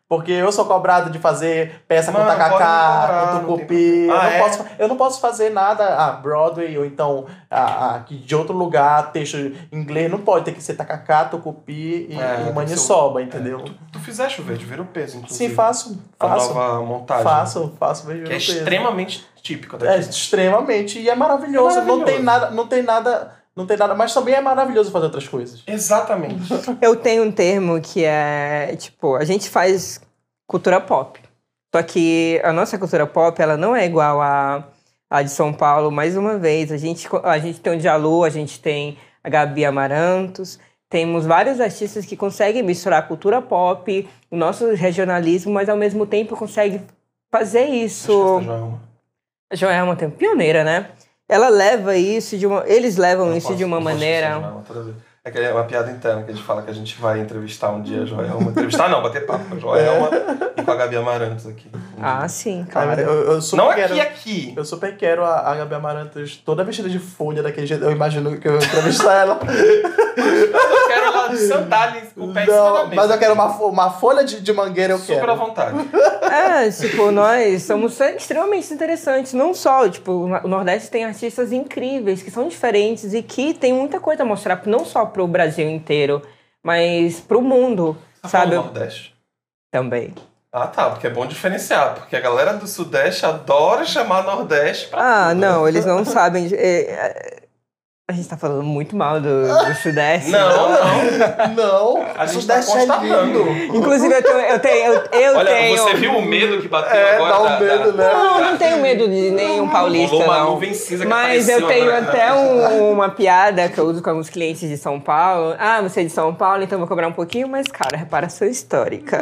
Porque eu sou cobrado de fazer peça Mano, com pode tacacá, cobrar, com não tucupi. tem Eu, problema. não Ah, é? posso, eu não posso fazer nada a Broadway ou então a, a, que de outro lugar, texto em inglês. Não pode, tem que ser tacacá, tucupi e, É, e tem maniçoba, que ser- entendeu? É, tu, tu fizeste o verde, vira o peso, inclusive. Sim, faço. A Faço. nova montagem. Faço, faço beijo Que é no peso. extremamente típico É, daqui. extremamente. E é maravilhoso. É Não tem maravilhoso. nada, não tem nada, não tem nada. Mas também é maravilhoso fazer outras coisas. Exatamente. Eu tenho um termo que é, tipo, a gente faz cultura pop. Só que a nossa cultura pop, ela não é igual à, à de São Paulo. Mais uma vez, a gente, a gente tem o Djalu, a gente tem a Gabi Amarantos, temos vários artistas que conseguem misturar a cultura pop, o nosso regionalismo, mas ao mesmo tempo conseguem fazer isso. Esquece da Joelma. A Joelma é uma pioneira, né? Ela leva isso de uma... Eles levam Não isso posso- de uma não posso esquecer da maneira... Joelma toda vez. É que é uma piada interna que a gente fala que a gente vai entrevistar um dia a Joelma. Entrevistar não, bater papo com a Joelma e com a Gabi Amarantos aqui. Um Ah, dia. sim, Ah, claro. Eu, eu super Não quero, aqui, aqui. eu super quero a, a Gabi Amarantos toda vestida de folha daquele jeito. Eu imagino que eu vou entrevistar ela. Eu quero ela de sandália com o pé em cima da Não, mesa. mas eu quero uma, fo- uma folha de, de mangueira, eu Super quero. à vontade. É, tipo, nós somos extremamente interessantes. Não só, tipo, o Nordeste tem artistas incríveis, que são diferentes e que tem muita coisa a mostrar, não só pro Brasil inteiro, mas pro mundo, Tá sabe? falando Nordeste. Também. Ah, tá, porque é bom diferenciar, porque a galera do Sudeste adora chamar Nordeste pra Ah, tudo. não, eles não sabem... de- é, é, a gente tá falando muito mal do, do Sudeste. Não, não. Não, A gente Sudeste tá é constatando. lindo. Inclusive, eu tenho... Eu tenho, eu, eu Olha, tenho... você viu o medo que bateu É, agora? dá um da- medo, da- né? Não, eu não tenho medo de nenhum paulista, Rolou uma não. nuvem cinza que Mas apareceu eu tenho agora aqui na até frente. um- uma piada que eu uso com alguns clientes de São Paulo. Ah, você é de São Paulo, então eu vou cobrar um pouquinho mais caro. Reparação histórica.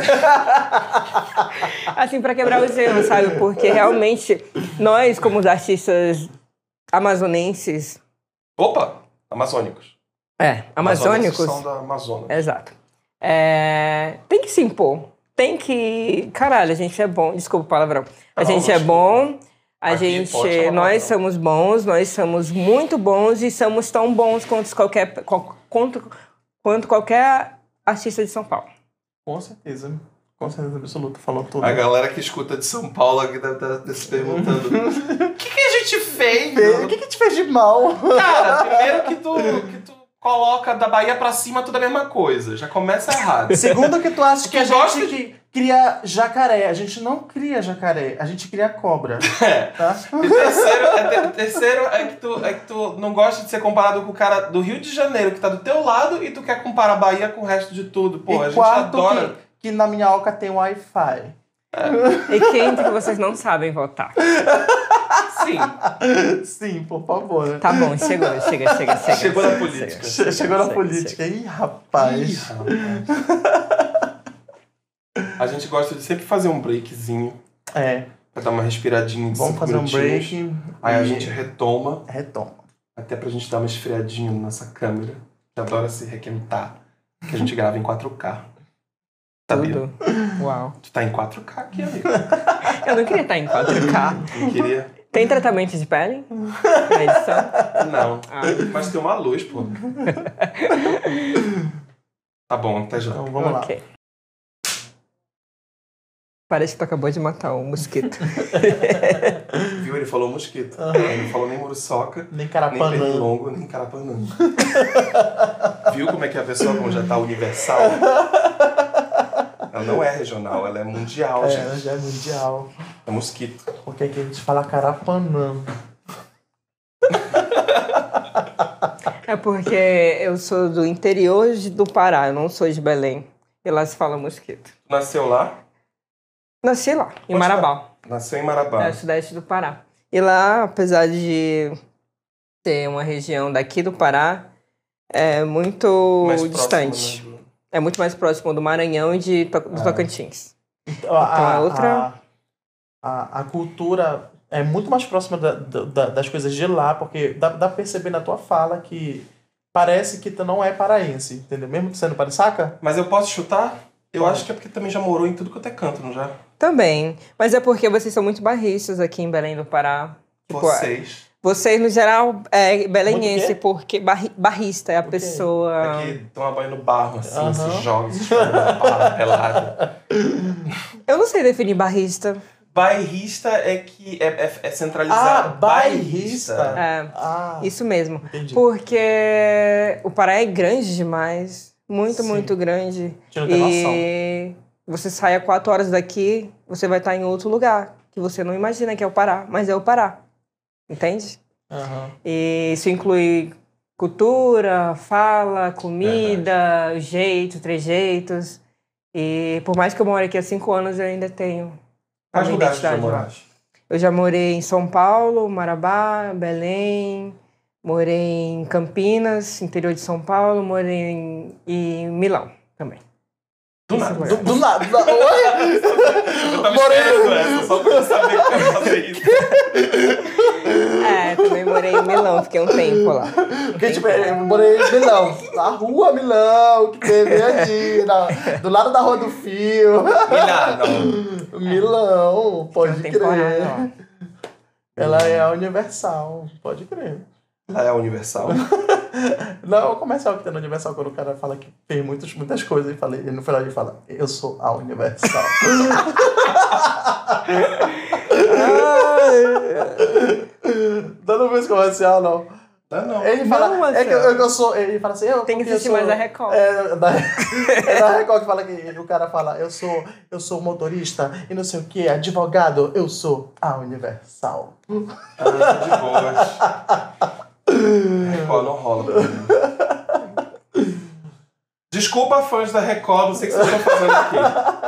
Assim, pra quebrar o gelo, sabe? Porque realmente, nós, como os artistas amazonenses... Opa, amazônicos. É, amazônicos... São da Amazônia. Exato. É, tem que se impor. Tem que... Caralho, a gente é bom. Desculpa o palavrão. A Não, gente é mas- bom. A Aqui gente... pode falar Nós palavrão. somos bons. Nós somos muito bons. E somos tão bons quanto qualquer, qual- quanto, quanto qualquer artista de São Paulo. Com certeza. Com certeza absoluta. Falou tudo. A galera que escuta de São Paulo aqui deve estar se perguntando: o que, que a gente fez? O que que te fez de mal? Cara, primeiro que tu, que tu coloca da Bahia pra cima tudo a mesma coisa. Já começa errado. Segundo que tu acha que a Tu gosta gente que cria jacaré. A gente não cria jacaré, a gente cria cobra. É. Tá? E terceiro, é, te- terceiro é, que tu, é que tu não gosta de ser comparado com o cara do Rio de Janeiro que tá do teu lado e tu quer comparar a Bahia com o resto de tudo. Pô, a e gente quarto, adora. que, que na minha oca tem Wi-Fi. E quinto que vocês não sabem votar. Sim. Sim, por favor. Tá bom, chegou. Chega, chega, chega. Chegou na chega, política. chega. Che- Chegou na chega, política. Ih, rapaz. Ih, rapaz. A gente gosta de sempre fazer um breakzinho É, pra dar uma respiradinha de vamos cinco fazer um minutinhos. break. Aí a e gente retoma, retoma. até pra gente dar uma esfriadinha na nossa câmera, que adora se requentar, que a gente grava em quatro K. Sabia? Tudo. Uau. Tu tá em quatro K aqui, amigo. Eu não queria estar em quatro K. Não queria? Tem tratamento de pele na edição? Não. Ah. Mas tem uma luz, pô. Tá bom, até já. Então vamos Ok. lá. Parece que tu acabou de matar um mosquito. Viu? Ele falou mosquito. Aham. Ele não falou nem muriçoca, Nem nem carapanã. pernilongo, nem carapanã. Viu como é que a pessoa como já tá universal? Ela não é regional, ela é mundial, É, gente. já é mundial. É mosquito. Porque aqui a gente fala carapanã. É porque eu sou do interior de- do Pará, eu não sou de Belém. E lá se fala mosquito. Nasceu lá? Nasci lá, em Onde Marabá, Nasceu em Marabá. é sudeste do Pará. E lá, apesar de ser uma região daqui do Pará, é muito Mais próximo, distante. né, do- É muito mais próximo do Maranhão e de, To- do Ah. Tocantins. Então, a, Então, é outra- a, a, a cultura é muito mais próxima da, da- das coisas de lá, porque dá, dá pra perceber na tua fala que parece que tu não é paraense, entendeu? Mesmo tu sendo paraense, saca? Mas eu posso chutar? Eu Pode. acho que é porque também já morou em tudo quanto é canto, não já? Também. Mas é porque vocês são muito barristas aqui em Belém do Pará. Tipo, Vocês. Vocês, no geral, é belenense, porque barri, barrista é a pessoa... É que toma banho no barro, assim, Aham. se joga, se esfrega no barro, pelado. Eu não sei definir barrista. Bairrista é que é, é, é Ah, centralizado. bairrista. É, Ah, isso mesmo. entendi. Porque o Pará é grande demais. Muito, Sim. muito grande. A gente não tem E você sai a quatro horas daqui, você vai estar em outro lugar. Que você não imagina que é o Pará, mas é o Pará. Entende? Aham. E isso inclui cultura, fala, comida, jeito, trejeitos. E por mais que eu more aqui há cinco anos, eu ainda tenho a Quais minha lugares já identidade lá. moraste? Eu já morei em São Paulo, Marabá, Belém, morei em Campinas, interior de São Paulo, morei em, em Milão também. Do Esse nada. lugar. Do, do lado. do- Oi? Eu tava Morei- esperando essa, só pra eu saber que eu ia fazer isso. É, também morei em Milão, fiquei um tempo lá. Porque, tipo, eu morei em Milão. Na rua Milão, que teve ali. Na, do lado da Rua do Fio. Milano. Milão, pode Fiquei uma temporada crer. lá. Ela é a Universal, pode crer. Lá é a Universal. Não, o comercial que tem no Universal, quando o cara fala que fez muitas, muitas coisas, e fala, e no final ele fala, eu sou a Universal. Não, não viu esse comercial, não. Não, não. Ele fala, Não, é que eu, Marcelo. eu sou, ele fala assim, eu Tem que porque eu assistir sou- mais a Record. É, da, é da Record que fala que o cara fala, eu sou, eu sou motorista e não sei o que, advogado, eu sou a Universal. Ah, de boas. Record não rola pra mim. Desculpa, fãs da Record, não sei o que vocês estão fazendo aqui.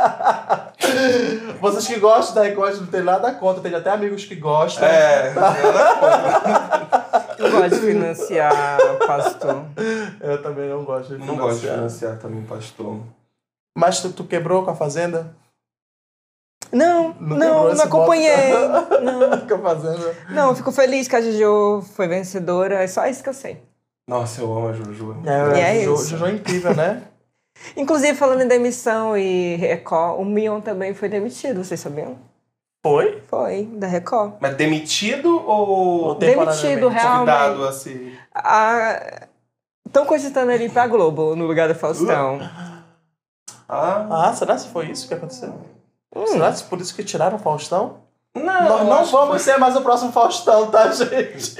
Vocês que gostam da Record não tem nada contra, tem até amigos que gostam. É, nada contra. Não gosto de financiar pastor. Eu também não gosto de Não gosto de financiar. financiar também, pastor. Mas tu, tu quebrou com a Fazenda? Não, Não quebrou não, esse não acompanhei. voto? Não, Com a Fazenda? não, eu fico feliz que a Juju foi vencedora, é só isso que eu sei. Nossa, eu amo a Juju. É, E é Juju, isso. Juju é incrível, né? Inclusive, falando em demissão e Record, o Mion também foi demitido, vocês sabiam? Foi? Foi, da Record. Mas demitido ou Temporariamente. Demitido, convidado realmente. a se... Estão cogitando ele ir pra Globo, no lugar do Faustão. Ah, Ah, será que foi isso que aconteceu? Hum. Será que por isso que tiraram o Faustão? não, Nós eu não acho vamos que ser mais o próximo Faustão, tá, gente?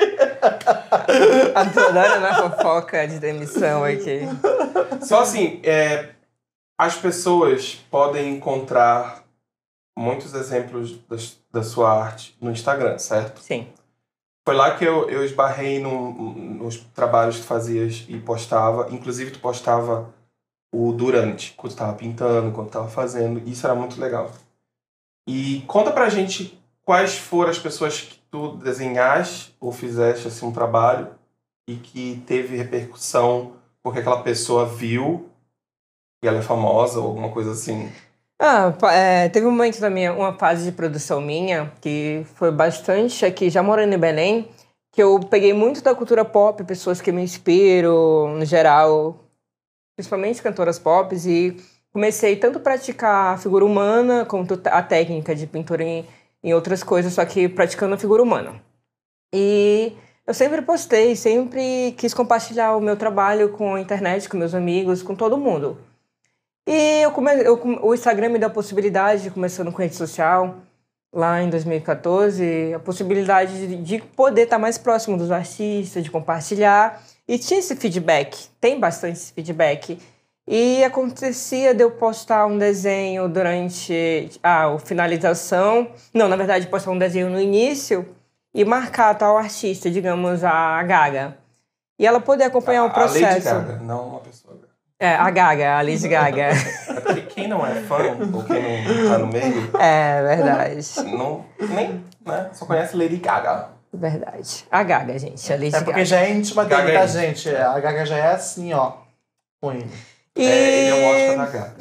Adorando na fofoca de demissão aqui. foi- Só assim, é, as pessoas podem encontrar muitos exemplos das, da sua arte no Instagram, certo? Sim. Foi lá que eu, eu esbarrei num- nos trabalhos que tu fazias e postava. Inclusive, tu postava o durante, quando tu tava pintando, quando tu tava fazendo. Isso era muito legal. E conta pra gente quais foram as pessoas que tu desenhaste ou fizeste assim, um trabalho e que teve repercussão porque aquela pessoa viu e ela é famosa ou alguma coisa assim. Ah, pa- é, teve um momento da minha, uma fase de produção minha, que foi bastante aqui, já morando em Belém, que eu peguei muito da cultura pop, pessoas que me inspiram, no geral, principalmente cantoras pop, e comecei tanto a praticar a figura humana, quanto a técnica de pintura em, em outras coisas, só que praticando a figura humana. E eu sempre postei, sempre quis compartilhar o meu trabalho com a internet, com meus amigos, com todo mundo. E eu come... eu... o Instagram me deu a possibilidade, começando com rede social, lá em dois mil e quatorze, a possibilidade de, de poder estar mais próximo dos artistas, de compartilhar. E tinha esse feedback, tem bastante esse feedback. E acontecia de eu postar um desenho durante a finalização, não, na verdade, postar um desenho no início e marcar tal artista, digamos, a Gaga. E ela poder acompanhar o processo. A Lady Gaga, não uma pessoa. É, a Gaga, a Lady Gaga. É porque quem não é fã ou quem não tá no meio, É, verdade. não, nem, né, só conhece Lady Gaga. Verdade. A Gaga, gente. A Lady É porque Gaga. já é íntima dele, Gaga é tá, íntima. gente? A Gaga já é assim, ó. Com ele. E... É, ele é o Oscar da Gaga.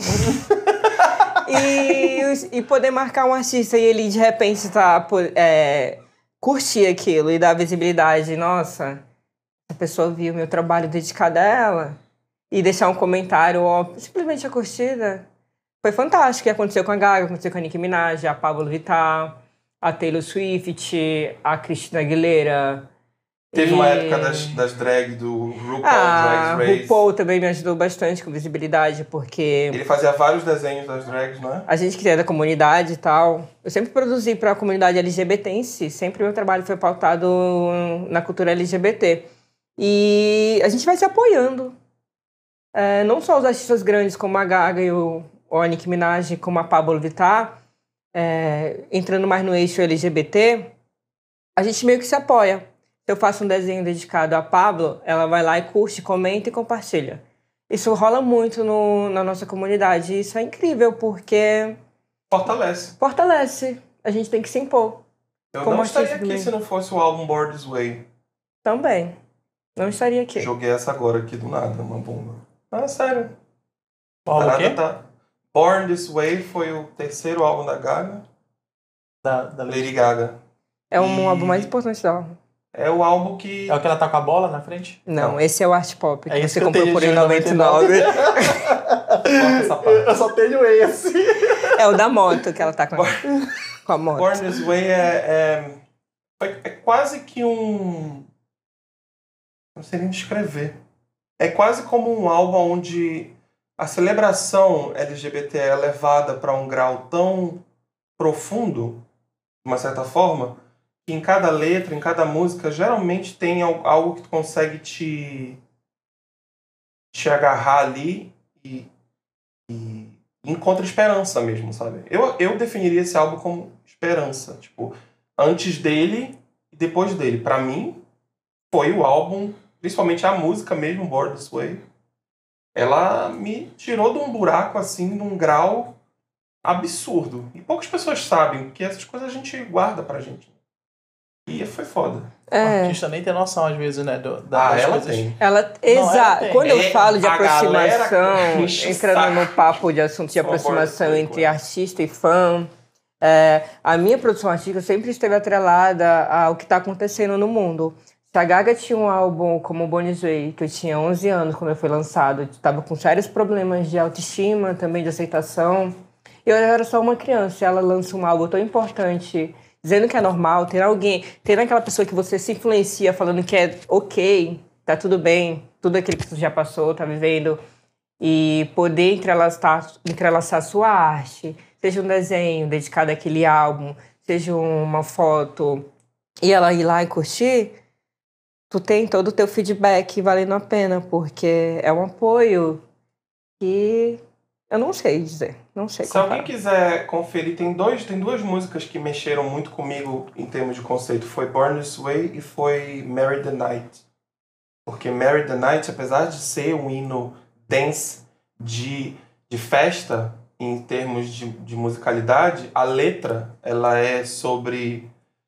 e, e poder marcar um artista e ele, de repente, tá, pô, é, curtir aquilo e dar visibilidade. Nossa, a pessoa viu meu trabalho dedicado a ela. E deixar um comentário ou simplesmente a curtida. Foi fantástico. E aconteceu com a Gaga, aconteceu com a Nicki Minaj, a Pablo Vittar, a Taylor Swift, a Christina Aguilera. Teve e... uma época das, das drag do RuPaul ah, Drag Race. RuPaul também me ajudou bastante com visibilidade, porque... Ele fazia vários desenhos das drags, não é? A gente que é da comunidade e tal. Eu sempre produzi para a comunidade L G B T em si. Sempre meu trabalho foi pautado na cultura L G B T. E a gente vai se apoiando. É, não só os artistas grandes como a Gaga e o, o Nicki Minaj, como a Pablo Vittar, é, entrando mais no eixo L G B T, a gente meio que se apoia. Se eu faço um desenho dedicado a Pablo, ela vai lá e curte, comenta e compartilha. Isso rola muito no, na nossa comunidade. E isso é incrível, porque... Fortalece. Fortalece. A gente tem que se impor. Eu como não estaria artista aqui também. se não fosse o álbum Born This Way. Também. Não estaria aqui. Joguei essa agora aqui do nada, uma bomba. Ah, sério. Qual o quê? Tá... Born This Way foi o terceiro álbum da Gaga. Da, da Lady Gaga. É um E- álbum mais importante dela. É o álbum que... É o que ela tá com a bola na frente? Não, Não. esse é o Art Pop, que É isso você que eu comprou tenho por de noventa e nove. Corta essa parte. Eu só tenho esse. É o da moto que ela tá com a, com a moto. Born This Way é, é, é quase que um... Não sei nem descrever. É quase como um álbum onde a celebração L G B T é levada para um grau tão profundo, de uma certa forma, que em cada letra, em cada música, geralmente tem al- algo que tu consegue te, te agarrar ali e, e encontra esperança mesmo, sabe? Eu, eu definiria esse álbum como esperança. Tipo, antes dele e depois dele. Pra mim, foi o álbum, principalmente a música mesmo, Born This Way. Ela me tirou de um buraco, assim, de um grau absurdo. E poucas pessoas sabem, porque essas coisas a gente guarda pra gente. E foi foda. O É. artista nem tem noção, às vezes, né? Do, da, Ah, das ela coisas. tem. Ela, ela exato. tem. Quando eu É, falo de a galera aproximação, enche o entrando saco. no papo de assunto de Por favor, aproximação por entre favor. artista e fã, é, a minha produção artística sempre esteve atrelada ao que está acontecendo no mundo. Se a Gaga tinha um álbum como Born This Way, que eu tinha onze anos quando foi lançado, estava com sérios problemas de autoestima, também de aceitação. Eu era só uma criança, e ela lança um álbum tão importante, dizendo que é normal, ter alguém, ter aquela pessoa que você se influencia, falando que é ok, tá tudo bem, tudo aquilo que você já passou, tá vivendo, e poder entrelaçar, entrelaçar sua arte, seja um desenho dedicado àquele álbum, seja uma foto, e ela ir lá e curtir, tu tem todo o teu feedback valendo a pena, porque é um apoio que eu não sei dizer, não sei Se alguém comparar. quiser conferir, tem, dois, tem duas músicas que mexeram muito comigo em termos de conceito. Foi Born This Way e foi Marry the Night. Porque Marry the Night, apesar de ser um hino dance de, de festa, em termos de, de musicalidade, a letra ela é sobre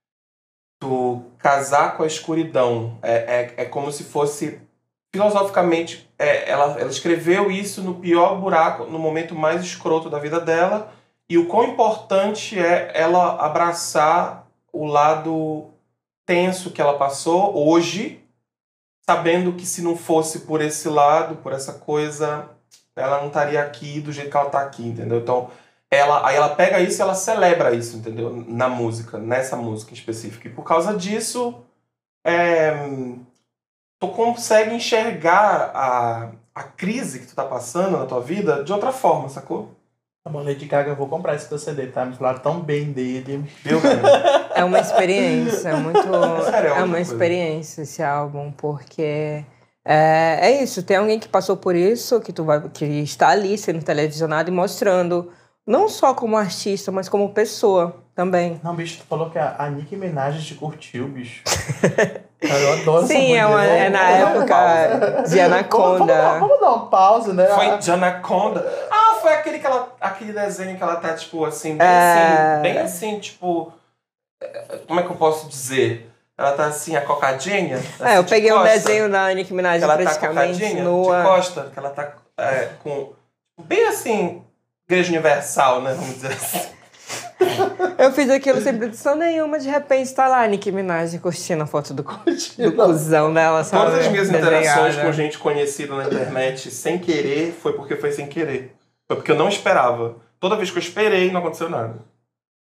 tu casar com a escuridão. É, é, é como se fosse... Filosoficamente, é, ela, ela escreveu isso no pior buraco, no momento mais escroto da vida dela, e o quão importante é ela abraçar o lado tenso que ela passou hoje, sabendo que se não fosse por esse lado, por essa coisa, ela não estaria aqui do jeito que ela está aqui, entendeu? Então, ela, aí ela pega isso e ela celebra isso, entendeu? Na música, nessa música em específico. E por causa disso, é... tu consegue enxergar a, a crise que tu tá passando na tua vida de outra forma, sacou? Tá bom, Lady Gaga, eu vou comprar esse teu C D, tá? Me falaram tão bem dele. Viu, cara? É uma experiência, é muito. Sério, é É outra uma coisa. experiência esse álbum, porque é, é isso, tem alguém que passou por isso, que, tu vai, que está ali sendo televisionado e mostrando, não só como artista, mas como pessoa também. Não, bicho, tu falou que a, a Nicki Minaj te curtiu, bicho. Cara, eu adoro Sim, essa é, uma, mulher. é na Vamos dar uma pausa. época de Vamos, vamos, Anaconda. dar, vamos dar uma pausa, né? Foi de Anaconda. Ah, foi aquele, que ela, aquele desenho que ela tá, tipo, assim, bem É. assim, bem assim, tipo... Como é que eu posso dizer? Ela tá assim, acocadinha. Assim, É, eu de peguei um costa, desenho da Nicki Minaj que ela tá praticamente acocadinha, de nua. costa, que ela tá é, com... Bem assim, Igreja Universal, né? Vamos dizer assim. Eu fiz aquilo sem produção nenhuma, de repente tá lá a Nicki Minaj curtindo a foto do, do Não. cuzão dela, sabe? Todas as minhas interações Desenhada. com gente conhecida na internet sem querer foi porque foi sem querer. Foi porque eu não esperava. Toda vez que eu esperei, não aconteceu nada.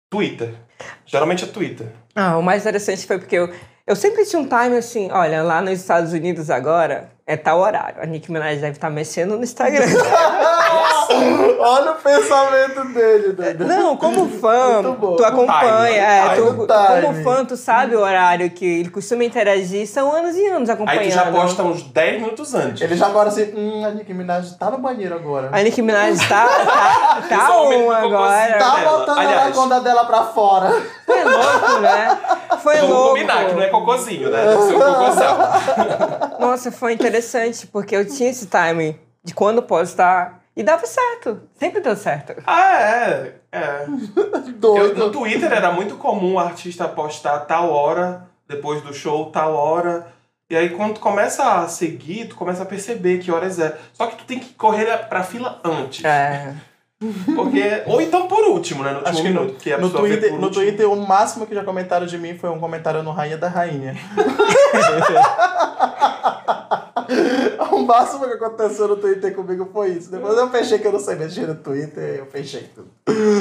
Twitter. Geralmente é Twitter. Ah, o mais interessante foi porque eu, eu sempre tinha um time assim, olha, lá nos Estados Unidos agora é tal horário. A Nicki Minaj deve estar mexendo no Instagram. Olha o pensamento dele, doido. Não, como fã, tu acompanha. É, tu, como fã, tu sabe o horário que ele costuma interagir. São anos e anos acompanhando. Aí tu já posta uns dez minutos antes. Ele já agora assim, hum, a Nicki Minaj tá no banheiro agora. A Nicki Minaj tá, tá, tá um agora. Tá botando a anaconda dela pra fora. Foi louco, né? Foi Vamos louco. combinar que não é cocôzinho, né? Deve ser um cocôzão. Nossa, foi interessante, porque eu tinha esse timing de quando postar. E dava certo. Sempre deu certo. Ah, é. É. Doido. Eu, no Twitter era muito comum o artista postar tal hora, depois do show, tal hora. E aí, quando tu começa a seguir, tu começa a perceber que horas é. Só que tu tem que correr pra fila antes. É. Porque... Ou então por último, né? No último Acho que minuto. no, Que a no, pessoa vê Twitter, por no último. Twitter, o máximo que já comentaram de mim foi um comentário no Rainha da Rainha. O máximo que aconteceu no Twitter comigo foi isso. Depois eu fechei que eu não sei mexer no Twitter, eu fechei tudo.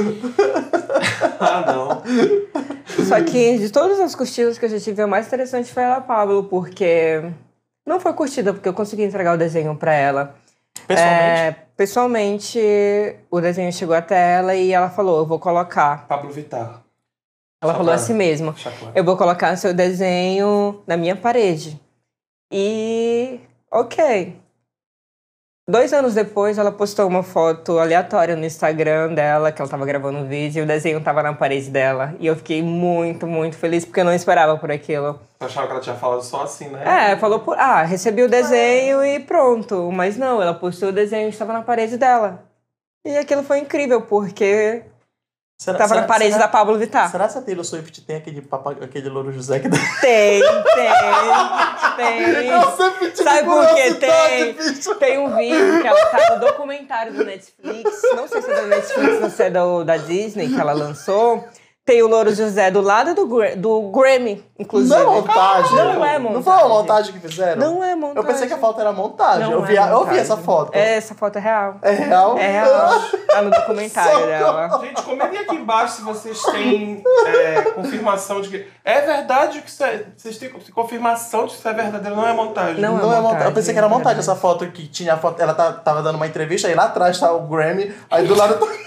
Ah, não. Só que de todas as curtidas que eu já tive, a mais interessante foi a Pablo, porque não foi curtida, porque eu consegui entregar o desenho pra ela. Pessoalmente? É, pessoalmente, o desenho chegou até ela e ela falou, eu vou colocar. Pablo Vittar. Ela Só falou pra- assim mesmo, deixar claro. eu vou colocar seu desenho na minha parede. E, ok. Dois anos depois, ela postou uma foto aleatória no Instagram dela, que ela tava gravando um vídeo, e o desenho tava na parede dela. E eu fiquei muito, muito feliz, porque eu não esperava por aquilo. Eu achava que ela tinha falado só assim, né? É, falou por... Ah, recebi o desenho e pronto. Mas não, ela postou o desenho e estava na parede dela. E aquilo foi incrível, porque Será, tava será, na parede será, da Pablo Vittar. Será que a Taylor Swift tem aquele, papa, aquele louro José que dá... Tem, tem, tem. Eu sempre tive Sabe por que curiosidade, tem? bicho. Tem um vídeo que ela tá no documentário do Netflix. Não sei se é da Netflix ou se é do, da Disney que ela lançou. Tem o Louro José do lado do, Gra- do Grammy, inclusive. Não é montagem. Não é Não foi uma montagem. montagem que fizeram? Não é montagem. Eu pensei que a foto era montagem. Não eu, é vi, a- eu vi montagem. essa foto. É, essa foto é real. É real? É real. Tá no documentário Socorro. dela. Gente, comentem aqui embaixo se vocês têm é, confirmação de que... É verdade que isso é... Vocês têm confirmação de que isso é verdadeiro, não é montagem. Não é Não é montagem. montagem, Eu pensei que era é montagem verdade. essa foto que tinha a foto. Ela tá, tava dando uma entrevista, aí lá atrás tá o Grammy, aí do lado tá.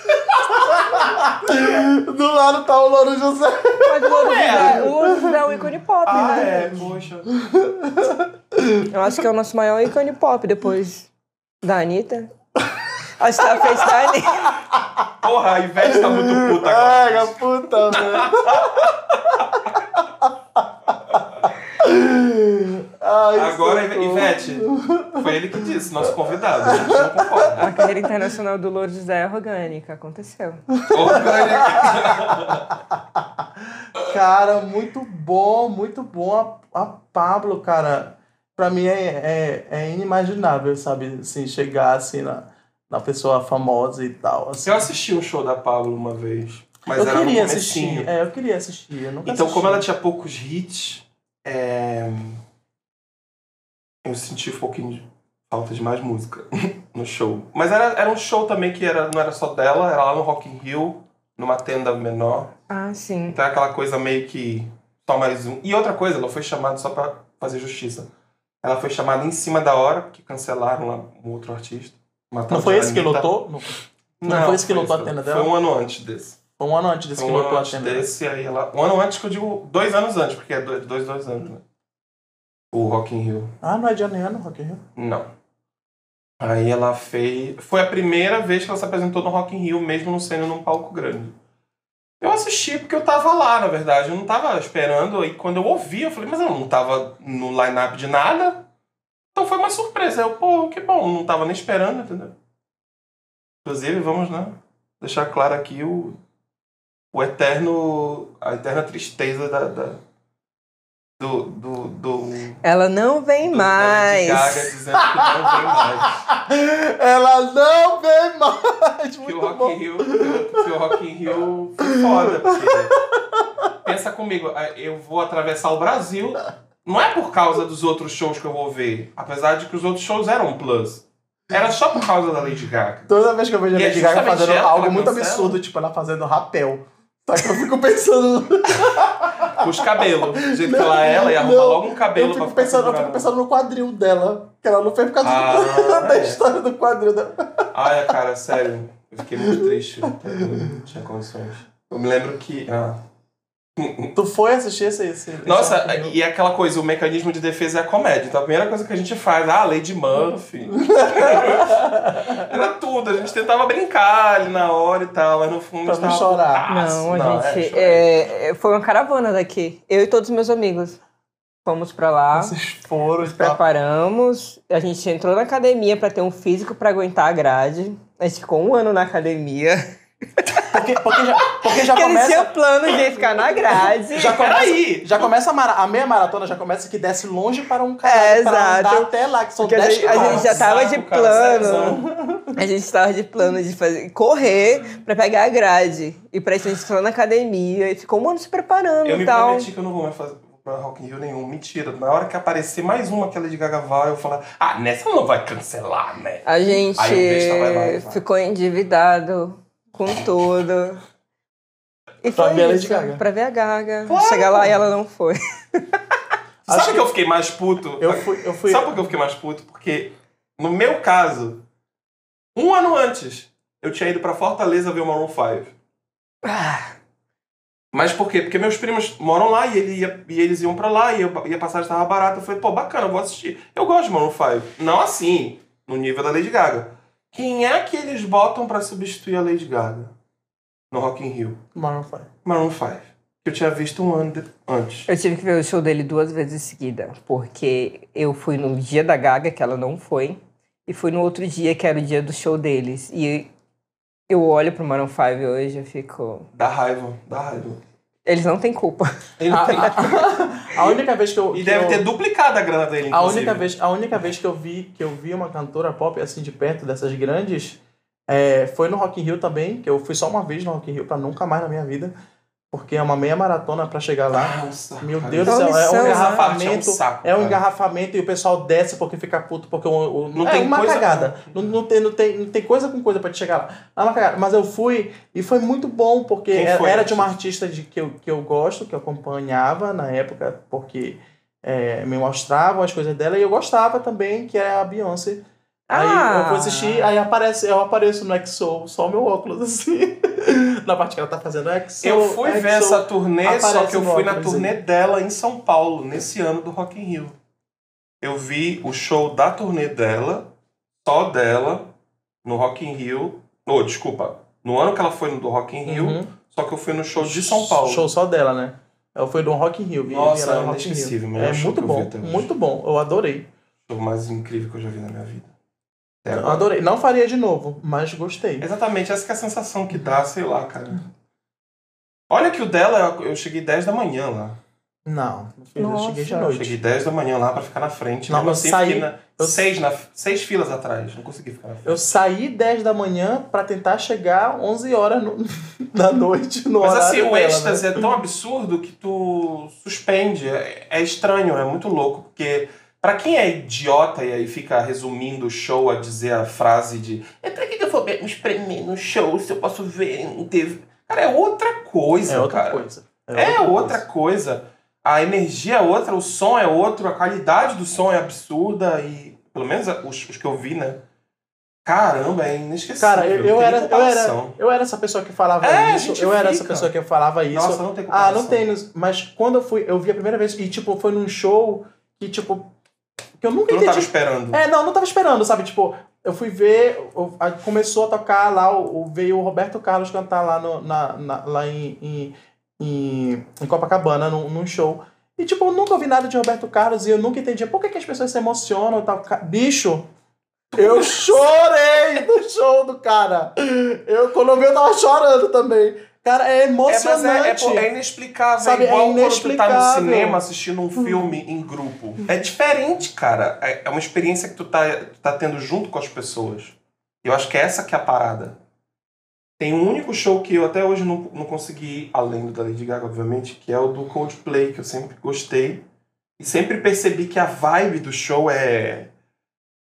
Do lado tá o Louro José. Mas o Louro José, o Louro José é um ícone pop, Ah, né? é, poxa. Eu acho que é o nosso maior ícone pop, depois da Anitta. Acho que tá a fez da Anitta. Porra, a Ivete tá muito puta agora. Pega, puta, velho. Ai, Agora, socorro. Ivete, foi ele que disse, nosso convidado. A gente não concorda. A carreira internacional do Louro José é orgânica, aconteceu. Cara, muito bom, muito bom. A, a Pablo, cara, pra mim é, é, é inimaginável, sabe? Assim, chegar assim na, na pessoa famosa e tal. Assim. Eu assisti um show da Pablo uma vez, mas eu era no queria comecinho. assistir. É, eu queria assistir. Eu nunca Então, assisti. como ela tinha poucos hits, é, eu senti um pouquinho de falta de mais música no show. Mas era, era um show também que era, não era só dela, era lá no Rock in Rio, numa tenda menor. Ah, sim. Então é aquela coisa meio que só mais um. E outra coisa, ela foi chamada só pra fazer justiça. Ela foi chamada em cima da hora, porque cancelaram lá um outro artista. Não foi esse que lotou? Não, não foi esse que lotou a tenda dela? Foi um ano antes desse. Foi um ano antes desse Foi que um lotou ano a antes tenda dela. desse, aí ela... Um ano antes que eu digo dois anos antes, porque é dois, dois, dois anos, né? O Rock in Rio. Ah, não é de ano em ano, Rock in Rio? Não. Aí ela fez... Foi a primeira vez que ela se apresentou no Rock in Rio, mesmo não sendo num palco grande. Eu assisti porque eu tava lá, na verdade. Eu não tava esperando. Aí quando eu ouvi, eu falei, mas eu não tava no line-up de nada. Então foi uma surpresa. Eu, pô, que bom. Não tava nem esperando, entendeu? Inclusive, vamos, né? Deixar claro aqui o... O eterno... A eterna tristeza da... da do... do, do Ela não vem do- mais. Da Lady Gaga dizendo que não vem mais. Ela não vem mais! Que Muito o Rock bom. in Rio, que, que o Rock in Rio foi foda, porque pensa comigo, eu vou atravessar o Brasil, não é por causa dos outros shows que eu vou ver, apesar de que os outros shows eram um plus. Era só por causa da Lady Gaga. Toda vez que eu vejo a E é Lady Gaga justamente fazendo ela que algo ela muito cancela. absurdo, tipo ela fazendo rapel. Só que eu fico pensando... Com os cabelos. Do jeito que ela é, ela ia arrumar Não, logo um cabelo eu fico pra ficar pensando, Eu fico segurando. pensando no quadril dela. Que ela não fez por causa Ah, do, da é. história do quadril dela. Ai, cara, sério. Eu fiquei muito triste. Eu não tinha condições. Eu me lembro que... Ah. Tu foi assistir esse... esse Nossa, esse filme? e aquela coisa, o mecanismo de defesa é a comédia. Então a primeira coisa que a gente faz, ah, Lady Murphy. Era tudo, a gente tentava brincar ali na hora e tal, mas no fundo Pra a gente não tava chorar. putaço. Não, a Não, gente. é, chorei. É, é, foi uma caravana daqui. Eu e todos os meus amigos. Fomos pra lá, Vocês foram e nos tal. preparamos. A gente entrou na academia pra ter um físico pra aguentar a grade. A gente ficou um ano na academia. Porque, porque já, porque já Porque eles tinham começa... plano de ficar na grade. Já começa, Peraí. já começa a, mara, a meia maratona, já começa que desce longe para um É, caralho, para exato. andar até lá, que são Porque a dez gente, a gente quilômetros. já tava de Saco, cara, plano. sériozão. A gente tava de plano de fazer, correr pra pegar a grade. E pra isso a gente entrou na academia e ficou um ano se preparando Eu e me tal. prometi que eu não vou mais fazer pra Rock in Rio nenhum. Mentira. Na hora que aparecer mais uma que a Lady Gaga vai, eu falar, ah, nessa não vai cancelar, né? A gente Aí o besta vai lá e vai. ficou endividado com tudo. E Pra foi ver a Lady isso, Gaga. pra ver a Gaga. Claro. Chegar lá e ela não foi. Sabe Acho que eu fiquei mais puto? Eu fui... Eu fui Sabe por que eu fiquei mais puto? Porque, no meu caso, um ano antes, eu tinha ido pra Fortaleza ver o Maroon cinco. Ah, Mas por quê? Porque meus primos moram lá e, ele ia, e eles iam pra lá e, eu, e a passagem tava barata. Eu falei, pô, bacana, eu vou assistir. Eu gosto de Maroon cinco. Não assim, no nível da Lady Gaga. Quem é que eles botam pra substituir a Lady Gaga no Rock in Rio? Maroon five. Maroon cinco. Que eu tinha visto um ano de- antes. eu tive que ver o show dele duas vezes em seguida. Porque eu fui no dia da Gaga, que ela não foi. E fui no outro dia, que era o dia do show deles. E eu olho pro Maroon cinco hoje e fico... Dá raiva, dá raiva. Eles não têm culpa. Ele não tem... A única vez que eu... E que deve eu- ter duplicado a grana dele, A inclusive. única, vez, a única vez que eu vi que eu vi uma cantora pop assim de perto dessas grandes é, foi no Rock in Rio também, que eu fui só uma vez no Rock in Rio pra nunca mais na minha vida, porque é uma meia maratona pra chegar lá. Nossa, Meu cara, Deus do isso céu, é Missão, um né? engarrafamento, É um saco, é um cara. engarrafamento e o pessoal desce porque fica puto, porque o, o- Não é tem uma coisa- cagada. Não, não, tem, não, tem, não tem coisa com coisa pra te chegar lá. É uma cagada. Mas eu fui e foi muito bom, porque Quem era, foi? era de uma artista de, que, eu, que eu gosto, que eu acompanhava na época, porque é, me mostravam as coisas dela e eu gostava também, que é a Beyoncé. Aí Ah. eu vou assistir, aí aparece, eu apareço no X O, só o meu óculos assim, na parte que ela tá fazendo X O. Eu fui X O, ver essa turnê, só aparece que eu no fui na óculos turnê aí. dela em São Paulo, nesse ano do Rock in Rio. Eu vi o show da turnê dela, só dela, no Rock in Rio. Oh, desculpa, no ano que ela foi no do Rock in Rio, Uhum. só que eu fui no show de São Paulo. Show só dela, né? Ela foi do Rock in Rio. vi- Nossa, vi ela é no Rock in Rio. inesquecível, o melhor É show muito que eu vi bom, até hoje. muito bom. Eu adorei. O show mais incrível que eu já vi na minha vida. Até Eu agora. adorei. Não faria de novo, mas gostei. Exatamente, essa que é a sensação que dá, sei lá, cara. Olha que o dela, eu cheguei dez da manhã lá. Não, meu filho, eu Nossa. cheguei de Eu noite. cheguei dez da manhã lá pra ficar na frente. Não, Mesmo eu assim, saí- fiquei na, eu- seis, na, seis filas atrás. Não consegui ficar na frente. Eu saí dez da manhã pra tentar chegar onze horas no- da noite no Mas horário assim, o dela, êxtase né? é tão absurdo que tu suspende. É, é estranho, é muito louco. Porque pra quem é idiota e aí fica resumindo o show a dizer a frase de é pra que eu vou me espremer no show se eu posso ver em T V? Cara, é outra coisa, É outra cara. coisa. É outra coisa. A energia é outra, o som é outro, a qualidade do som é absurda e, pelo menos os, os que eu vi, né? Caramba, é inesquecível. Cara, eu, não eu, tem era, nem eu, era, comparação. eu era essa pessoa que falava É, a isso. gente Eu era essa fica. pessoa que falava isso. Nossa, não tem Ah, comparação. não tem. nos- Mas quando eu fui, eu vi a primeira vez e, tipo, foi num show que, tipo, que eu nunca Tu não tava entendi. esperando. É, não, não tava esperando, sabe? Tipo, eu fui ver, eu- a- começou a tocar lá, o, o- veio o Roberto Carlos cantar lá, no, na, na- lá em, em, em, em Copacabana, num, num show. E, tipo, eu nunca ouvi nada de Roberto Carlos e eu nunca entendia por que, que as pessoas se emocionam e tal. Ca- Bicho, eu chorei no show do cara. Eu, quando eu vi, eu tava chorando também. Cara, é É, mas emocionante. é, é, é inexplicável. Sabe, é igual é quando tu tá no inexplicável. cinema assistindo um filme em grupo. É diferente, cara. É é uma experiência que tu tá, tu tá tendo junto com as pessoas. Eu acho que é essa que é a parada. Tem um único show que eu até hoje não, não consegui ir, além do da Lady Gaga, obviamente, que é o do Coldplay, que eu sempre gostei. E sempre percebi que a vibe do show é...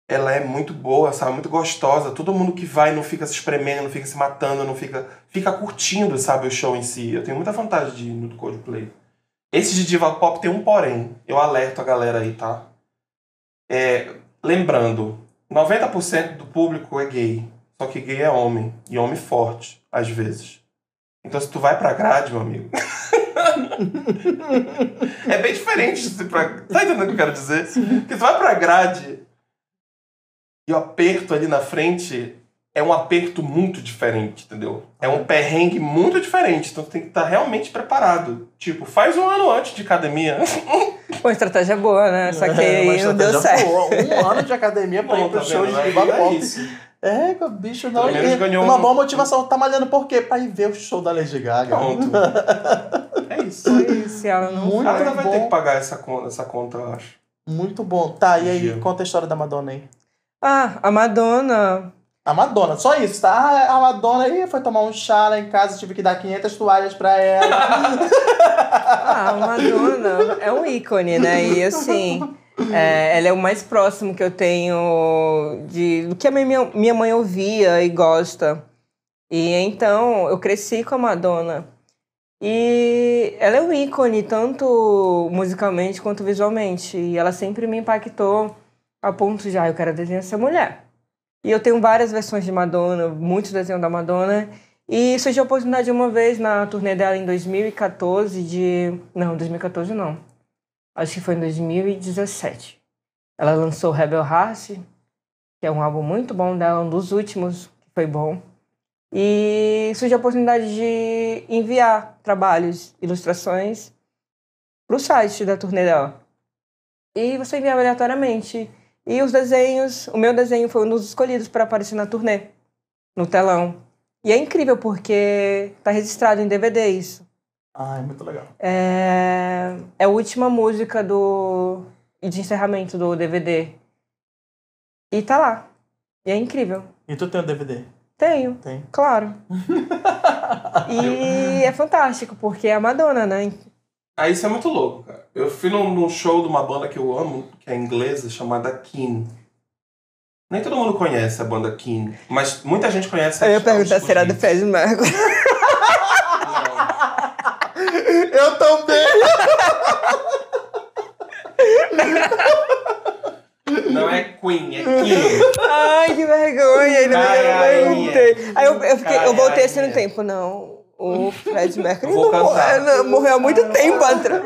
ela é muito boa, sabe? Muito gostosa. Todo mundo que vai não fica se espremendo, não fica se matando, não fica... Fica curtindo, sabe, o show em si. Eu tenho muita vontade de ir no Coldplay. Esse de diva pop tem um porém. Eu alerto a galera aí, tá? É, lembrando, noventa por cento do público é gay. Só que gay é homem. E homem forte, às vezes. Então se tu vai pra grade, meu amigo... é bem diferente. Pra... Tá entendendo o que eu quero dizer? Porque tu vai pra grade e o aperto ali na frente é um aperto muito diferente, entendeu? É um perrengue muito diferente. Então tu tem que estar realmente preparado. Tipo, faz um ano antes de academia. Uma estratégia boa, né? Só que É, uma aí não deu certo. boa. Um ano de academia pra Bom, ir pro tá show vendo? de Aí diva é pop. isso. É, bicho, não. Pelo menos E ganhou uma um- boa motivação. Tá malhando por quê? Pra ir ver o show da Lady Gaga. Pronto. É isso. E se ela não Muito Ela vai? ainda vai bom. ter que pagar essa conta, essa conta, eu acho. Muito bom. Tá, e aí, Dia. conta a história da Madonna aí. Ah, a Madonna. A Madonna, só isso, tá? Ah, a Madonna aí foi tomar um chá lá em casa, tive que dar quinhentas toalhas pra ela. Ah, a Madonna é um ícone, né? E assim, é, ela é o mais próximo que eu tenho de, do que a minha, minha mãe ouvia e gosta. E então, eu cresci com a Madonna. E ela é um ícone, tanto musicalmente quanto visualmente. E ela sempre me impactou a ponto de, ah, eu quero desenhar essa mulher. E eu tenho várias versões de Madonna, muitos desenhos da Madonna. E surgiu a oportunidade uma vez na turnê dela em dois mil e quatorze de... Não, dois mil e quatorze não. Acho que foi em dois mil e dezessete. Ela lançou Rebel Heart, que é um álbum muito bom dela, um dos últimos, que foi bom. E surgiu a oportunidade de enviar trabalhos, ilustrações para o site da turnê dela. E você enviava aleatoriamente. E os desenhos, o meu desenho foi um dos escolhidos para aparecer na turnê, no telão. E é incrível porque tá registrado em D V D isso. Ah, é muito legal. É, é a última música do de encerramento do D V D. E tá lá. E é incrível. E tu tem o D V D? Tenho, Tem. claro. E é fantástico, porque é a Madonna, né? Ah, isso é muito louco, cara. Eu fui num, num show de uma banda que eu amo, que é inglesa, chamada Keane. Nem todo mundo conhece a banda Keane, mas muita gente conhece a Eu ia perguntar os se era do hits. Freddie Mercury. Eu também! Não é Queen, é Keane. Ai, que vergonha. Ainda bem que eu não Ai, perguntei. Aí eu, eu, fiquei, eu voltei assim no Ai, tempo. Não, o Freddie Mercury Eu vou não, cantar. não, morreu há muito tempo atrás.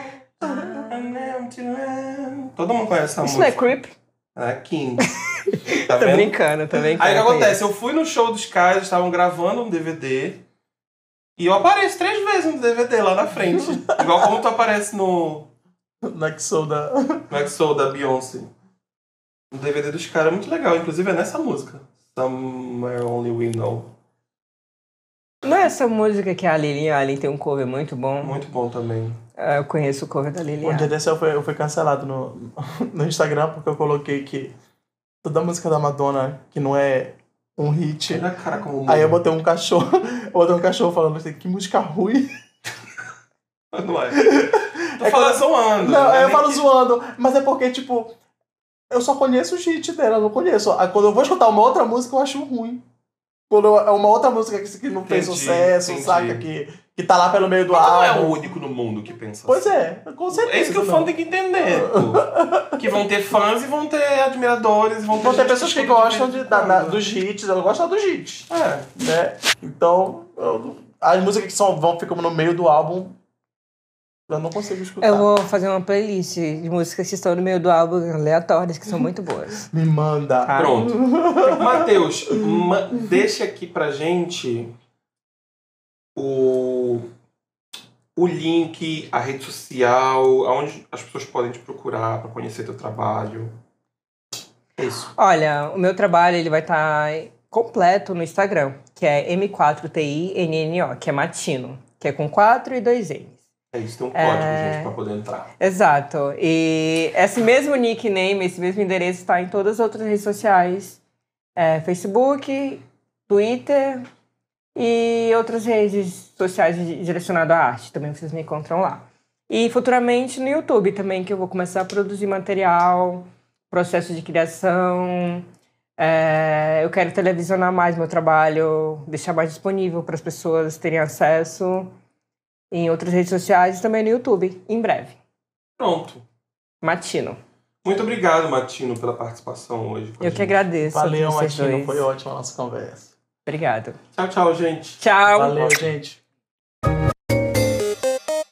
Todo mundo conhece essa Isso não é música. creep? É Keane. Tá Tô vendo? brincando, tô brincando. Aí o que com acontece? isso. Eu fui no show dos caras, eles estavam gravando um D V D. E eu apareço três vezes no D V D lá na frente. Igual como tu aparece no Next Soul da... Max Soul da Beyoncé. O D V D dos caras é muito legal, inclusive é nessa música. Somewhere Only We Know. Não é essa música que a Lily Allen tem um cover muito bom? Muito bom também. Ah, eu conheço o cover da Lily Um dia Allen. desse eu fui, eu fui cancelado no, no Instagram porque eu coloquei que toda música da Madonna que não é um hit. Olha a cara como Aí eu muda. botei um cachorro, eu botei um cachorro falando assim, que música ruim. Não é. Tu É fala quando- zoando. Não, né? aí eu Nem falo que- zoando, mas é porque, tipo, eu só conheço os hits dela, eu não conheço. Aí quando eu vou escutar uma outra música, eu acho ruim. Quando é uma outra música que, que não fez Entendi, sucesso, entendi. saca? Que, que tá lá pelo meio do Mas tu não é álbum. o único no mundo que pensa Pois assim. é, com certeza. É isso que o não. fã tem que entender, pô. Que vão ter fãs e vão ter admiradores. Vão ter, Vão ter gente pessoas que escuta gostam vez de, em da- da- quando. dos hits, eu gosto dos hits, É. né? Então, eu- as músicas que são, vão ficam no meio do álbum, eu não consigo escutar. Eu vou fazer uma playlist de músicas que estão no meio do álbum, aleatórias, que são muito boas. Me manda. Tá. Pronto. Matheus, ma- deixa aqui pra gente o, o link, a rede social, aonde as pessoas podem te procurar pra conhecer teu trabalho. É isso. Olha, o meu trabalho ele vai estar completo no Instagram, que é M quatro T I N N O, que é Matino, que é com quatro e dois N's. É isso, tem um código, É. gente, pra poder entrar. Exato. E esse mesmo nickname, esse mesmo endereço está em todas as outras redes sociais. É, Facebook, Twitter e outras redes sociais di- direcionadas à arte. Também vocês me encontram lá. E futuramente no YouTube também, que eu vou começar a produzir material processo de criação. É, eu quero televisionar mais meu trabalho, deixar mais disponível para as pessoas terem acesso em outras redes sociais e também no YouTube, em breve. Pronto. Matino. Muito obrigado, Matino, pela participação hoje. Eu que agradeço. Valeu, vocês Matino. dois. Foi ótima a nossa conversa. Obrigado. Tchau, tchau, gente. Tchau. Valeu, gente.